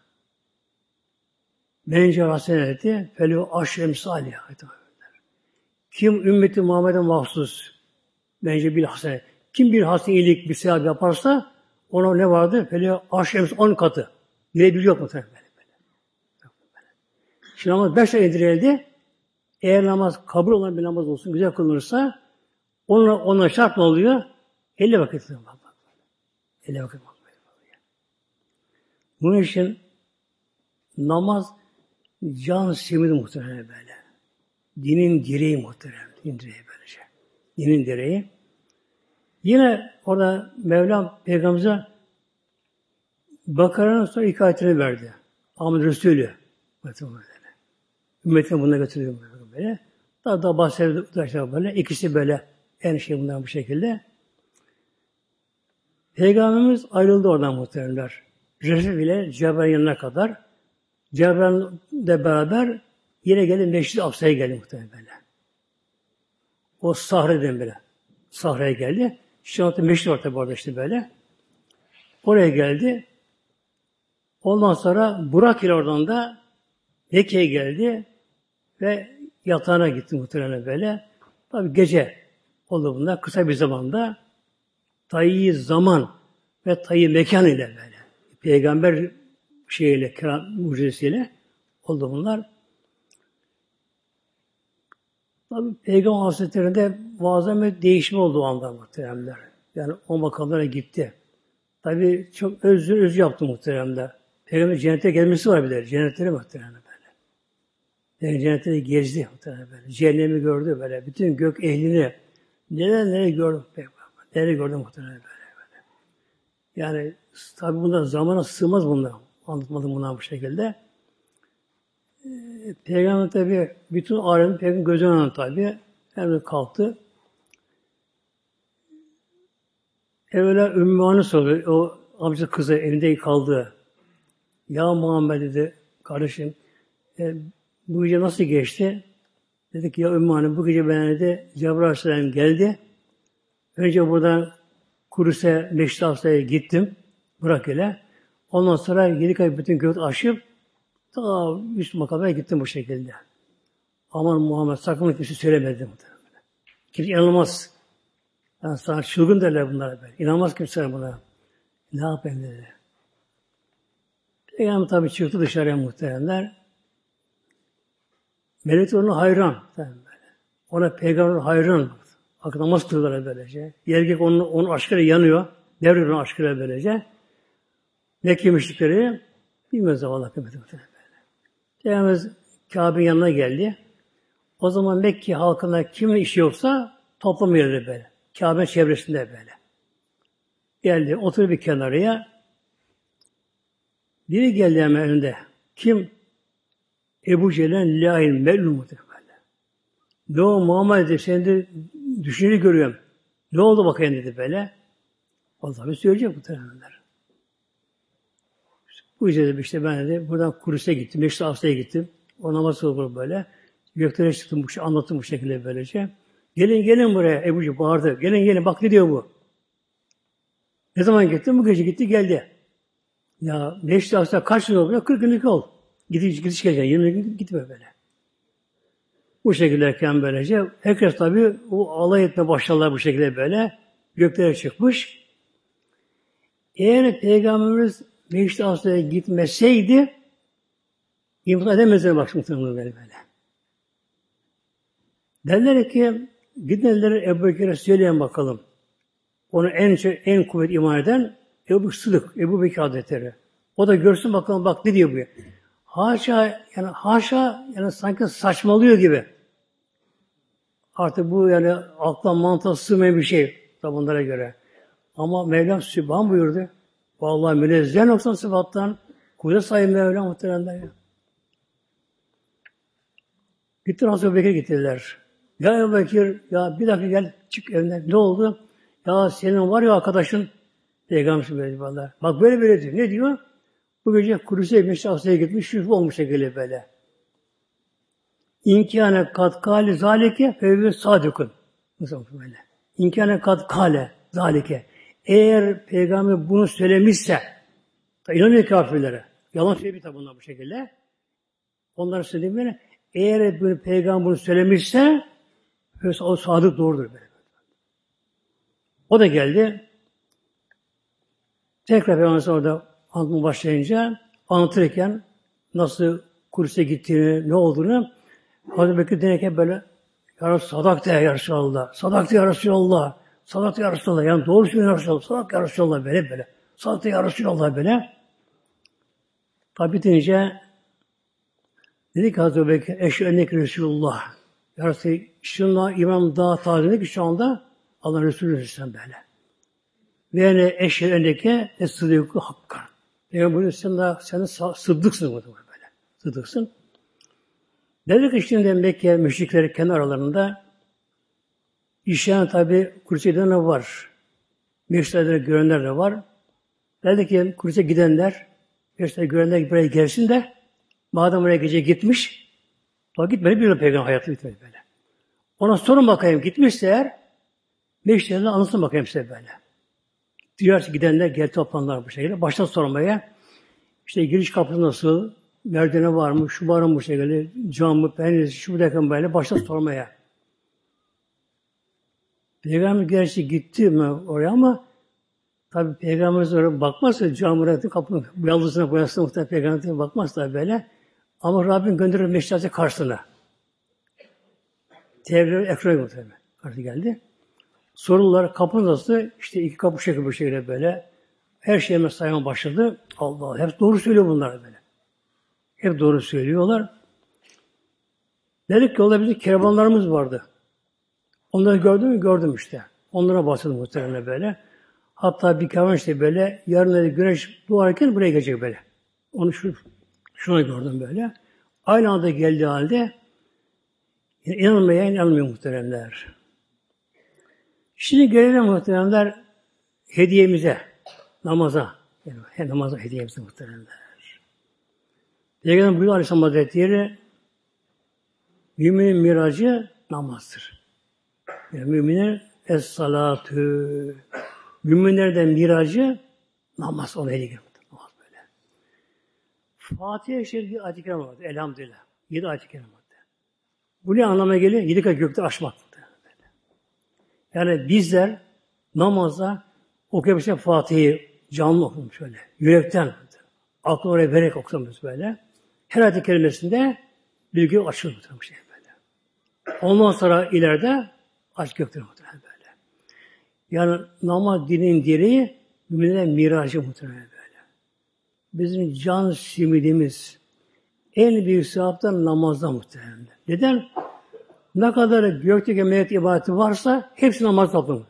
Bence haseneti felü aşr emsalih. Kim ümmeti Muhammed'e mahsus bence bir hasenet. Kim bir hasen iyilik bir sevap yaparsa ona ne vardı? Felü aşr emsalih on katı. Bire bir yok mu? Böyle, böyle. Şimdi namaz beş ay indirildi. Eğer namaz kabul olan bir namaz olsun, güzel kılınırsa onunla, onunla şart ne oluyor? elli vakit. elli vakit. Bunun için namaz can simidi muhtemelen böyle. Dinin direği muhtemelen. Dinin direği böylece. Dinin direği. Yine orada Mevlam Peygamberimize Bakara'nın sonra iki ayetini verdi. Ahmet Resulü. Ümmetine bununla götürüyor böyle. Daha da bahsediyor böyle. İkisi böyle en şey bunlar bu şekilde. Peygamberimiz ayrıldı oradan muhtemelenler. Resul ile Cebrail yanına kadar. Cebrail'le beraber yine geldi Meşrid-i Aksa'ya geldi muhtemelen böyle. O Sahre'den böyle. Sahre'ye geldi. Şu anda Meşrid var tabi orada işte böyle. Oraya geldi. Ondan sonra Burak ile oradan da Mekke'ye geldi ve yatağına gitti muhtemelen böyle. Tabi gece oldu bunlar. Kısa bir zamanda tayyi zaman ve tayyi mekan ile böyle. Peygamber şeyiyle, kiram mucizesiyle oldu bunlar. Tabi Peygamber Hazretleri'nde muazzam bir değişme oldu o anda muhteremler. Yani o makamlara gitti. Tabi çok özür özü yaptı muhteremler. Peygamber cennete gelmesi var bir de. Cennetleri muhteremler böyle. Yani cennette gezdi muhteremler böyle. Cehennemi gördü böyle. Bütün gök ehlini neler neler gördü. Neler gördü muhteremler böyle. böyle. Yani tabi bunlar zamana sığmaz bunlar. Anlatmadım bunlar bu şekilde. Ee, Peygamber tabi bütün alemin Peygamber gözüne önüne tabi. Hemen kalktı. Evvela Ümmü Han'ı soruyor. O amca kızı elinde kaldı. Ya Muhammed dedi, kardeşim e, bu gece nasıl geçti? Dedik ya Ümmü Hanım bu gece bana dedi Cebrail Aleyhisselam geldi. Önce buradan Kudüs'e, Meşrid-i Aksa'ya gittim. Burak ile. Ondan sonra yedi kay bütün gök aşıp ta üst makama gittim bu şekilde. Aman Muhammed sakın bir şey söylemedim. Kimse inanılmaz. Yani sana çılgın derler bunlara böyle. İnanmaz kimse buna. Ne yapayım dedi. Peygamber tabi çıktı dışarıya muhteremler. Melek ona hayran. Böyle. Ona peygamber hayran. Akıl namaz kılıyorlar böylece. Yergek onun, onun aşkıyla yanıyor. Devriyor onun aşkıyla böylece. Mekke müşrikleri bilmez Allah kıymetini böyle. Peygamber Kabe'nin yanına geldi. O zaman Mekke halkına kimin işi yoksa toplamıyordu böyle. Kabe'nin çevresinde böyle. Geldi, oturdu bir kenarıya. Biri geldi hemen önünde. Kim? Ebu Cehil'in lâhin melûm muhtemelen. Ne o Muhammed dedi, seni de düşünceli görüyorum. Ne oldu bakayım dedi böyle. O tabi söyleyecek muhtemelenler. Bu yüzden işte ben de buradan Kudüs'e gittim. Meşri Asya'ya gittim. O namaz kıldım böyle. Göklere çıktım, bu şey, anlattım bu şekilde böylece. Gelin gelin buraya. Ebu'cu bağırdı. Gelin gelin bak ne diyor bu. Ne zaman gittim? Bu gece gitti geldi. Ya Meşri Asya kaç yıl oldu? kırk günlük yol. Gidiş, gidiş gelecek. yirmi gün gitme böyle. Bu şekildeyken böylece herkes tabii o alay etme başladılar bu şekilde böyle. Göklere çıkmış. Eğer Peygamberimiz Meşri Asya'ya gitmeseydi imtihan edemezler bak muhtemelen böyle böyle. Derler ki gidenleri Ebu Bekir'e söyleyen bakalım. Onu en en kuvvetli iman eden Ebu Sıdık, Ebu Bekir Hazretleri. O da görsün bakalım bak ne diyor bu. Haşa yani haşa yani sanki saçmalıyor gibi. Artık bu yani akla mantığa sığmayan bir şey tabi bunlara göre. Ama Mevlam Sübhan buyurdu. Vallahi münezzeh noksan sıfattan kudret sahibi Mevlam muhteremler ya. Gitti Hazreti Bekir getirdiler. Ya Ebu Bekir, ya bir dakika gel, çık evden. Ne oldu? Ya senin var ya arkadaşın, Peygamber böyle vallahi. Bak böyle böyle diyor. Ne diyor? Bu gece Kudüs'e Meşri Asya'ya gitmiş, şüphe olmuş şekilde böyle. İnkâne kad kâle zâlike fevve sâdikun. Nasıl böyle? İnkâne kad kâle zâlike. Eğer Peygamber bunu söylemişse, inanıyor kafirlere. Yalan söylüyor tabi bunlar bu şekilde. Onların söylediğimleri, eğer bunu Peygamber bunu söylemişse, o sadık doğrudur böyle. O da geldi. Tekrar Peygamber orada anlatmaya başlayınca anlatırken nasıl Kudüs'e gittiğini, ne olduğunu Hazreti Bekir derken böyle ya sadak de ya Resulallah, sadak de ya Resulallah, sadak de ya Resulallah, yani doğru söylüyor ya Resulallah, sadak ya Resulallah böyle böyle, sadak de ya Resulallah böyle. Tabi deyince dedi ki Hazreti Bekir, eşhedü enneke Resulullah. Ya Resulallah, şunla İmam Dağ Tağ dedi ki şu anda Allah Resulü Aleyhisselam böyle. Ve yani eşhedü enneke es-sıdîkû hakkan. Yani bunu sen de sen sıddıksın böyle. Sıddıksın. Dedi ki şimdi Mekke müşrikleri kendi aralarında işleyen tabi Kudüs'e gidenler var. Meşrileri görenler de var. Dedi ki Kudüs'e gidenler, Meşrileri görenler buraya gelsin de madem oraya gece gitmiş, o gitmedi bir peygamber hayatı bitmedi böyle. Ona sorun bakayım gitmişse eğer Meşrilerine anlatsın bakayım size böyle. Diğer gidenler gel toplanlar bu şekilde. Baştan sormaya işte giriş kapısı nasıl, merdiveni var mı, şu var mı bu şekilde, cam mı, penceresi, şu dakika böyle baştan sormaya. Peygamber gerçi gitti mi oraya ama tabi Peygamberimiz oraya bakmazsa camına, kapının yaldızına boyasına muhtemelen Peygamber'e bakmaz da böyle. Ama Rabbim gönderir Meşri karşısına. Tevri ekranı muhtemelen. Karşı geldi. Sorular kapı nasıl? İşte iki kapı şekilde bu şekilde böyle. Her şeyime saymaya başladı. Allah Allah. Hep doğru söylüyor bunlar böyle. Hep doğru söylüyorlar. Dedik ki orada bizim kervanlarımız vardı. Onları gördüm mü? Gördüm işte. Onlara bahsettim muhtemelen böyle. Hatta bir kervan işte böyle yarın da güneş doğarken buraya gelecek böyle. Onu şu, şuna gördüm böyle. Aynı anda geldiği halde inanmayan inanmıyor muhteremler. Şimdi gelelim muhteremler hediyemize, namaza. Yani, namaza hediyemize muhteremler. Peygamber buyuruyor Aleyhisselam Hazretleri müminin miracı namazdır. Yani müminin es-salâtü. Müminlerden miracı namaz ona hediye namaz böyle. Fatiha-i Şerif bir ayet-i kerime vardı. Elhamdülillah. Yedi ayet-i kerime vardı. Bu ne anlama geliyor? Yedi kat gökte aşmak. Yani bizler namazda okuyabilsek Fatiha'yı canlı okudum şöyle. Yürekten. Aklı oraya vererek okuyoruz böyle. Her ayet-i kerimesinde bir gök açılır bu şey böyle. Ondan sonra ileride aç göktür muhtemelen böyle. Yani namaz dinin direği müminlerin miracı muhtemelen böyle. Bizim can simidimiz en büyük sevaptan namazda muhtemelen. Neden? Ne kadar gökteki melek ibadeti varsa hepsi namaz kapılır.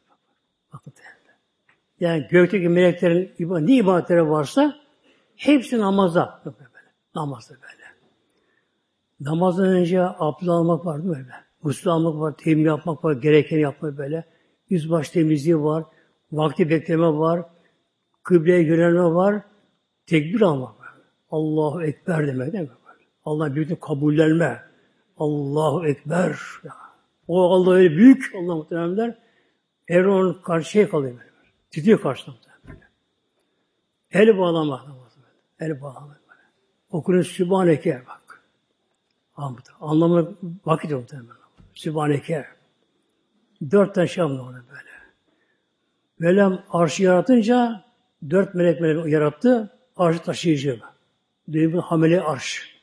Yani gökteki meleklerin ne ibadetleri varsa hepsi namazda. Böyle. Namazda böyle. Namazdan önce abdest almak var değil mi böyle? Gusül almak var, teyemmüm yapmak var, gereken yapmak böyle. Yüz baş temizliği var, vakti bekleme var, kıbleye yönelme var, Tekbir almak. Allahu Ekber demek değil mi? Allah büyüklüğünü kabullenme. Allahu Ekber. Ya. O Allah öyle büyük, Allah muhteremler. Evren onun karşıya kalıyor böyle. Titriyor karşısında muhteremler. El bağlamak. El bağlamak. Okunun Sübhaneke bak. Anlamına vakit yok muhteremler. Sübhaneke. Dört tane şey anlamına böyle. Velem arşı yaratınca dört melek melek yarattı. Arşı taşıyıcı. Düğümün hamile arş.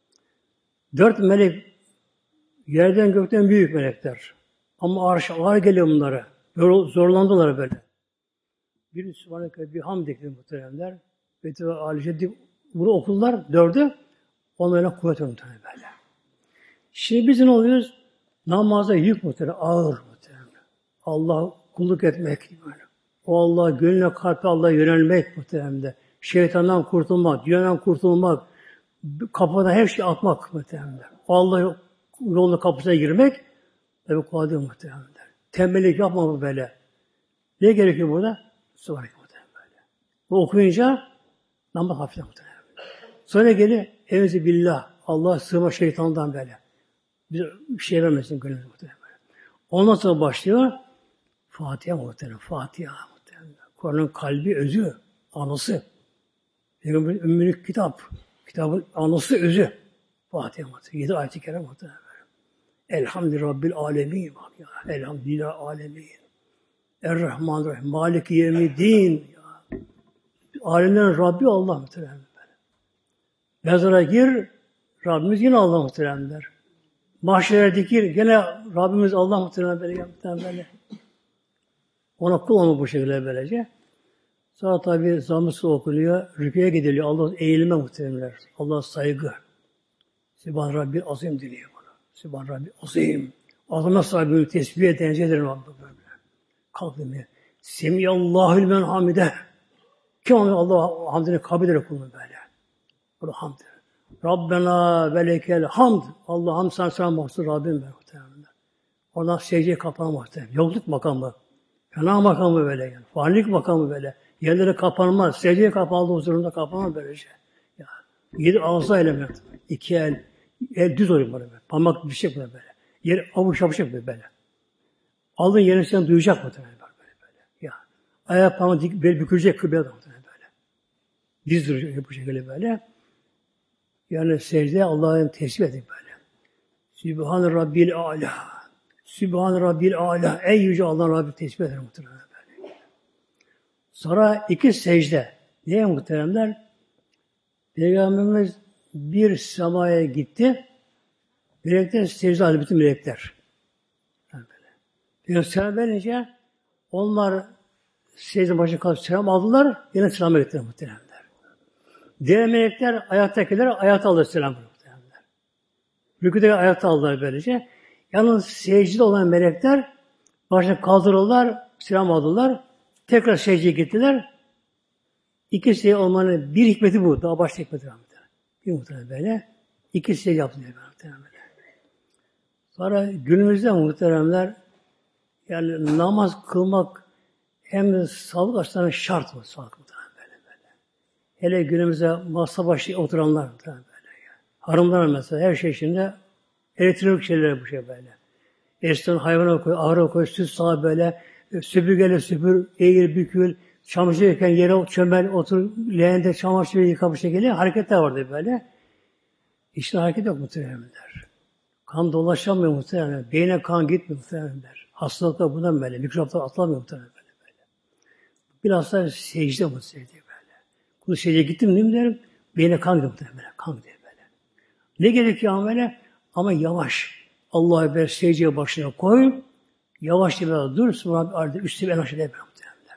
Dört melek yerden gökten büyük melekler. Ama arş ağır geliyor bunlara. Zorlandılar böyle. Bir Sübhaneke bir hamd ekledi muhteremler. Beti ve Alice'de bunu okullar dördü. Onlara kuvvet muhterem böyle. Şimdi biz ne oluyoruz? Namaza yük muhterem, ağır muhterem. Allah kulluk etmek böyle. O Allah gönlüne kalbe Allah'a yönelmek muhteremde. Şeytandan kurtulmak, dünyadan kurtulmak, kapıdan her şeyi atmak muhteremde. O Allah yolunun kapısına girmek tabi kolay değil muhteremde. Tembellik yapma bu böyle. Ne gerekiyor burada? Sübhaneke muhterem böyle. Bu okuyunca namaz hafifle muhterem. Sonra geliyor evzi billah. Allah sığma şeytandan böyle. Bize bir şey vermesin gönlümüze muhterem böyle. Ondan sonra başlıyor Fatiha muhterem. Fatiha muhterem. Kur'an'ın kalbi, özü, anısı. Peygamber'in ümmülük kitap. Kitabın anısı, özü. Fatiha muhterem. Yedi ayet-i kerem muhterem. Elhamdülillah Rabbil alemin. Elhamdülillah alemin. Errahmanirrahim. Maliki yevmiddin. Alemlerin Rabbi Allah muhterem. Mezara gir, Rabbimiz yine Allah muhteremler. Mahşere dikir, gene Rabbimiz Allah muhterem böyle. böyle. Ona kul olma bu şekilde böylece. Sonra tabi zamm-ı okunuyor, rüküye gidiliyor. Allah eğilme muhteremler. Allah saygı. Sübhan Rabbil Azim diliyor bunu. Sübhan Rabbil Azim. Azime sahibini tesbih edence ederim Rabbim böyle. Kalkın diye. Semiyallahül men hamide. Kim Allah hamdini kabul eder kulunu böyle. Bu hamd. Rabbena ve lekel hamd. Allah hamd sana sana mahsus Rabbim muhtemelen. Oradan secdeye kapanma muhtemelen. Yokluk makamı. Fena makamı böyle yani. Fanilik makamı böyle. Yerlere kapanmaz. Secdeye kapandığı huzurunda kapanmaz böylece. Ya. Yedi ağızla eylemek. İki el. El düz oluyor böyle. Parmak bir şey böyle. Yer avuç avuç böyle böyle. Aldığın yerini sen duyacak muhtemelen böyle böyle. Ya. Ayak parmağı dik, bel bükülecek kıbleye de muhtemelen böyle. Diz duracak bu şekilde böyle. Yani secde Allah'ın tesbih edin böyle. Sübhan Rabbil Âlâ. Sübhan Rabbil Âlâ. Ey yüce Allah'ın Rabbi tesbih eder muhtemelen böyle. Sonra iki secde. Niye muhteremler? Peygamberimiz bir semaya gitti. Melekler secde aldı bütün melekler. Yani böyle. Peygamber selam verince onlar secde başına kalıp selam aldılar. Yine selam ettiler muhteremler. Diğer melekler ayaktakiler ayakta aldılar selam muhteremler. Rüküde ayakta aldılar böylece. Yalnız secde olan melekler başına kaldırırlar, selam aldılar. Tekrar secdeye gittiler. İki secde olmanın bir hikmeti bu. Daha başka hikmeti var. Bir muhterem böyle. İki secde yaptılar muhterem böyle. Sonra günümüzde muhteremler yani namaz kılmak hem de sağlık açısından şart mı? Sağlık muhterem böyle böyle. Hele günümüzde masa başı oturanlar muhterem böyle. Yani. Harımlar mesela her şey içinde elektronik şeyler bu şey böyle. Eskiden hayvana koy, ahıra koy, süt sağa böyle, süpürgeyle süpür, eğil, bükül, çamaşır yıkan yere çömel, otur, leğende çamaşır yıka bu şekilde hareketler vardı böyle. İşte hareket yok muhtemelenler. Kan dolaşamıyor muhtemelen. Beyne kan gitmiyor muhtemelenler. Hastalıklar bundan böyle. Mikroplar atlamıyor muhtemelen böyle. böyle. Bilhassa secde bu secde böyle. Kulu secdeye gittim değil mi derim. Beyne kan gidiyor muhtemelen. Kan gidiyor böyle. Ne gerekiyor ama böyle? Ama yavaş. Allah'a bir secdeye başına koy. Yavaş diye dur. Sonra arada üstüne en aşağıya muhtemelen.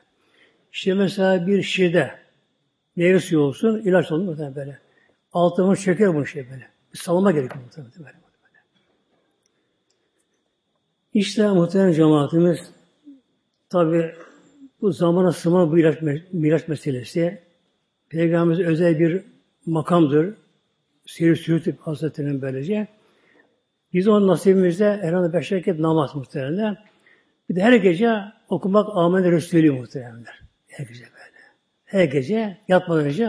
İşte mesela bir şişede meyve suyu olsun, ilaç olsun muhtemelen böyle. Altımız çeker bunu şey böyle. Bir salınma gerekiyor muhtemelen böyle. İşte muhtemelen cemaatimiz tabi bu zamana sığma bu ilaç, miraç meselesi Peygamberimiz özel bir makamdır. Seyir Sürütü Hazretleri'nin böylece. Biz onun nasibimizde herhalde beş vakit namaz muhtemelen. Bir de her gece okumak Âmen-i Resulü muhtemelen. Her gece böyle. Her gece yatmadan önce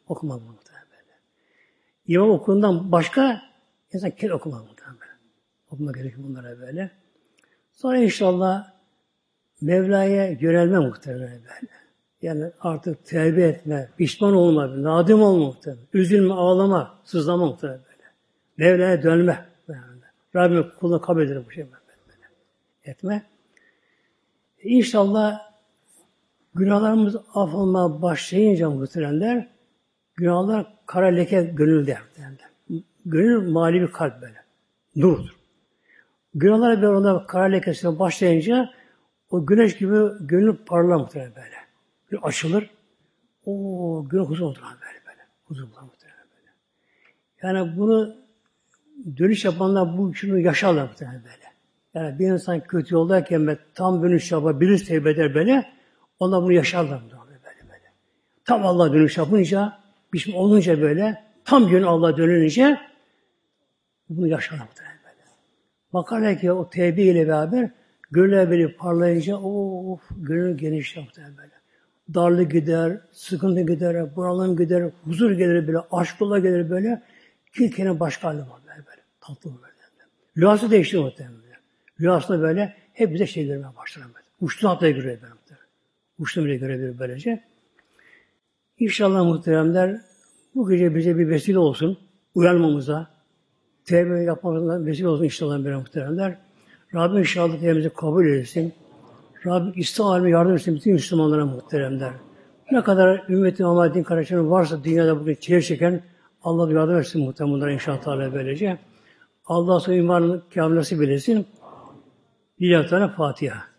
Okumak muhtemelen böyle. İmam okulundan başka insan kendi okumak muhtemelen böyle. Okumak gerekiyor bunlara böyle. Sonra inşallah Mevla'ya yönelme muhtemelen böyle. Yani artık tevbe etme, pişman olma, nadim olma muhtemelen. Üzülme, ağlama, sızlama muhtemelen böyle. Mevla'ya dönme. Böyle. Rabbim kulunu kabul eder bu şey böyle. Etme. İnşallah günahlarımız af olmaya başlayınca muhteremler, günahlar kara leke gönülde. Gönül mali bir kalp böyle. Nurdur. Günahlar böyle ona kara lekesine başlayınca o güneş gibi gönül parlar muhterem böyle. Bir açılır. O günah huzur olur böyle böyle. Huzur bular muhterem böyle. Yani bunu dönüş yapanlar bu şunu yaşarlar muhterem böyle. Yani bir insan kötü yoldayken ve tam dönüş yapabilir, tevbe eder böyle, onlar bunu yaşarlar böyle böyle. Tam Allah'a dönüş yapınca, pişman olunca böyle, tam yönü Allah'a dönünce bunu yaşarlar böyle. Bakarlar ki o tevbe ile beraber gönüller böyle parlayınca of gönül genişler böyle. Darlık gider, sıkıntı gider, bunalım gider, huzur gelir böyle, aşkla gelir böyle. Kilkenin başka hali var böyle böyle. Tatlı böyle. Rüyası değişti muhtemelen. Rüyasında böyle hep bize şey görmeye başlar. Uçtuğu haftaya göre böyle. Uçtuğu bile görebilir böylece. İnşallah muhteremler bu gece bize bir vesile olsun. Uyanmamıza, tevbe yapmamıza vesile olsun inşallah böyle muhteremler. Rabbim inşallah tevbemizi kabul etsin. Rabbim İslam alemine yardım etsin bütün Müslümanlara muhteremler. Ne kadar ümmeti Muhammed'in kardeşlerinin varsa dünyada bugün çile çeken Allah yardım etsin muhteremler inşallah böylece. Allah sonra imanını kâmil nasip eylesin. Lillahi Teala Fatiha.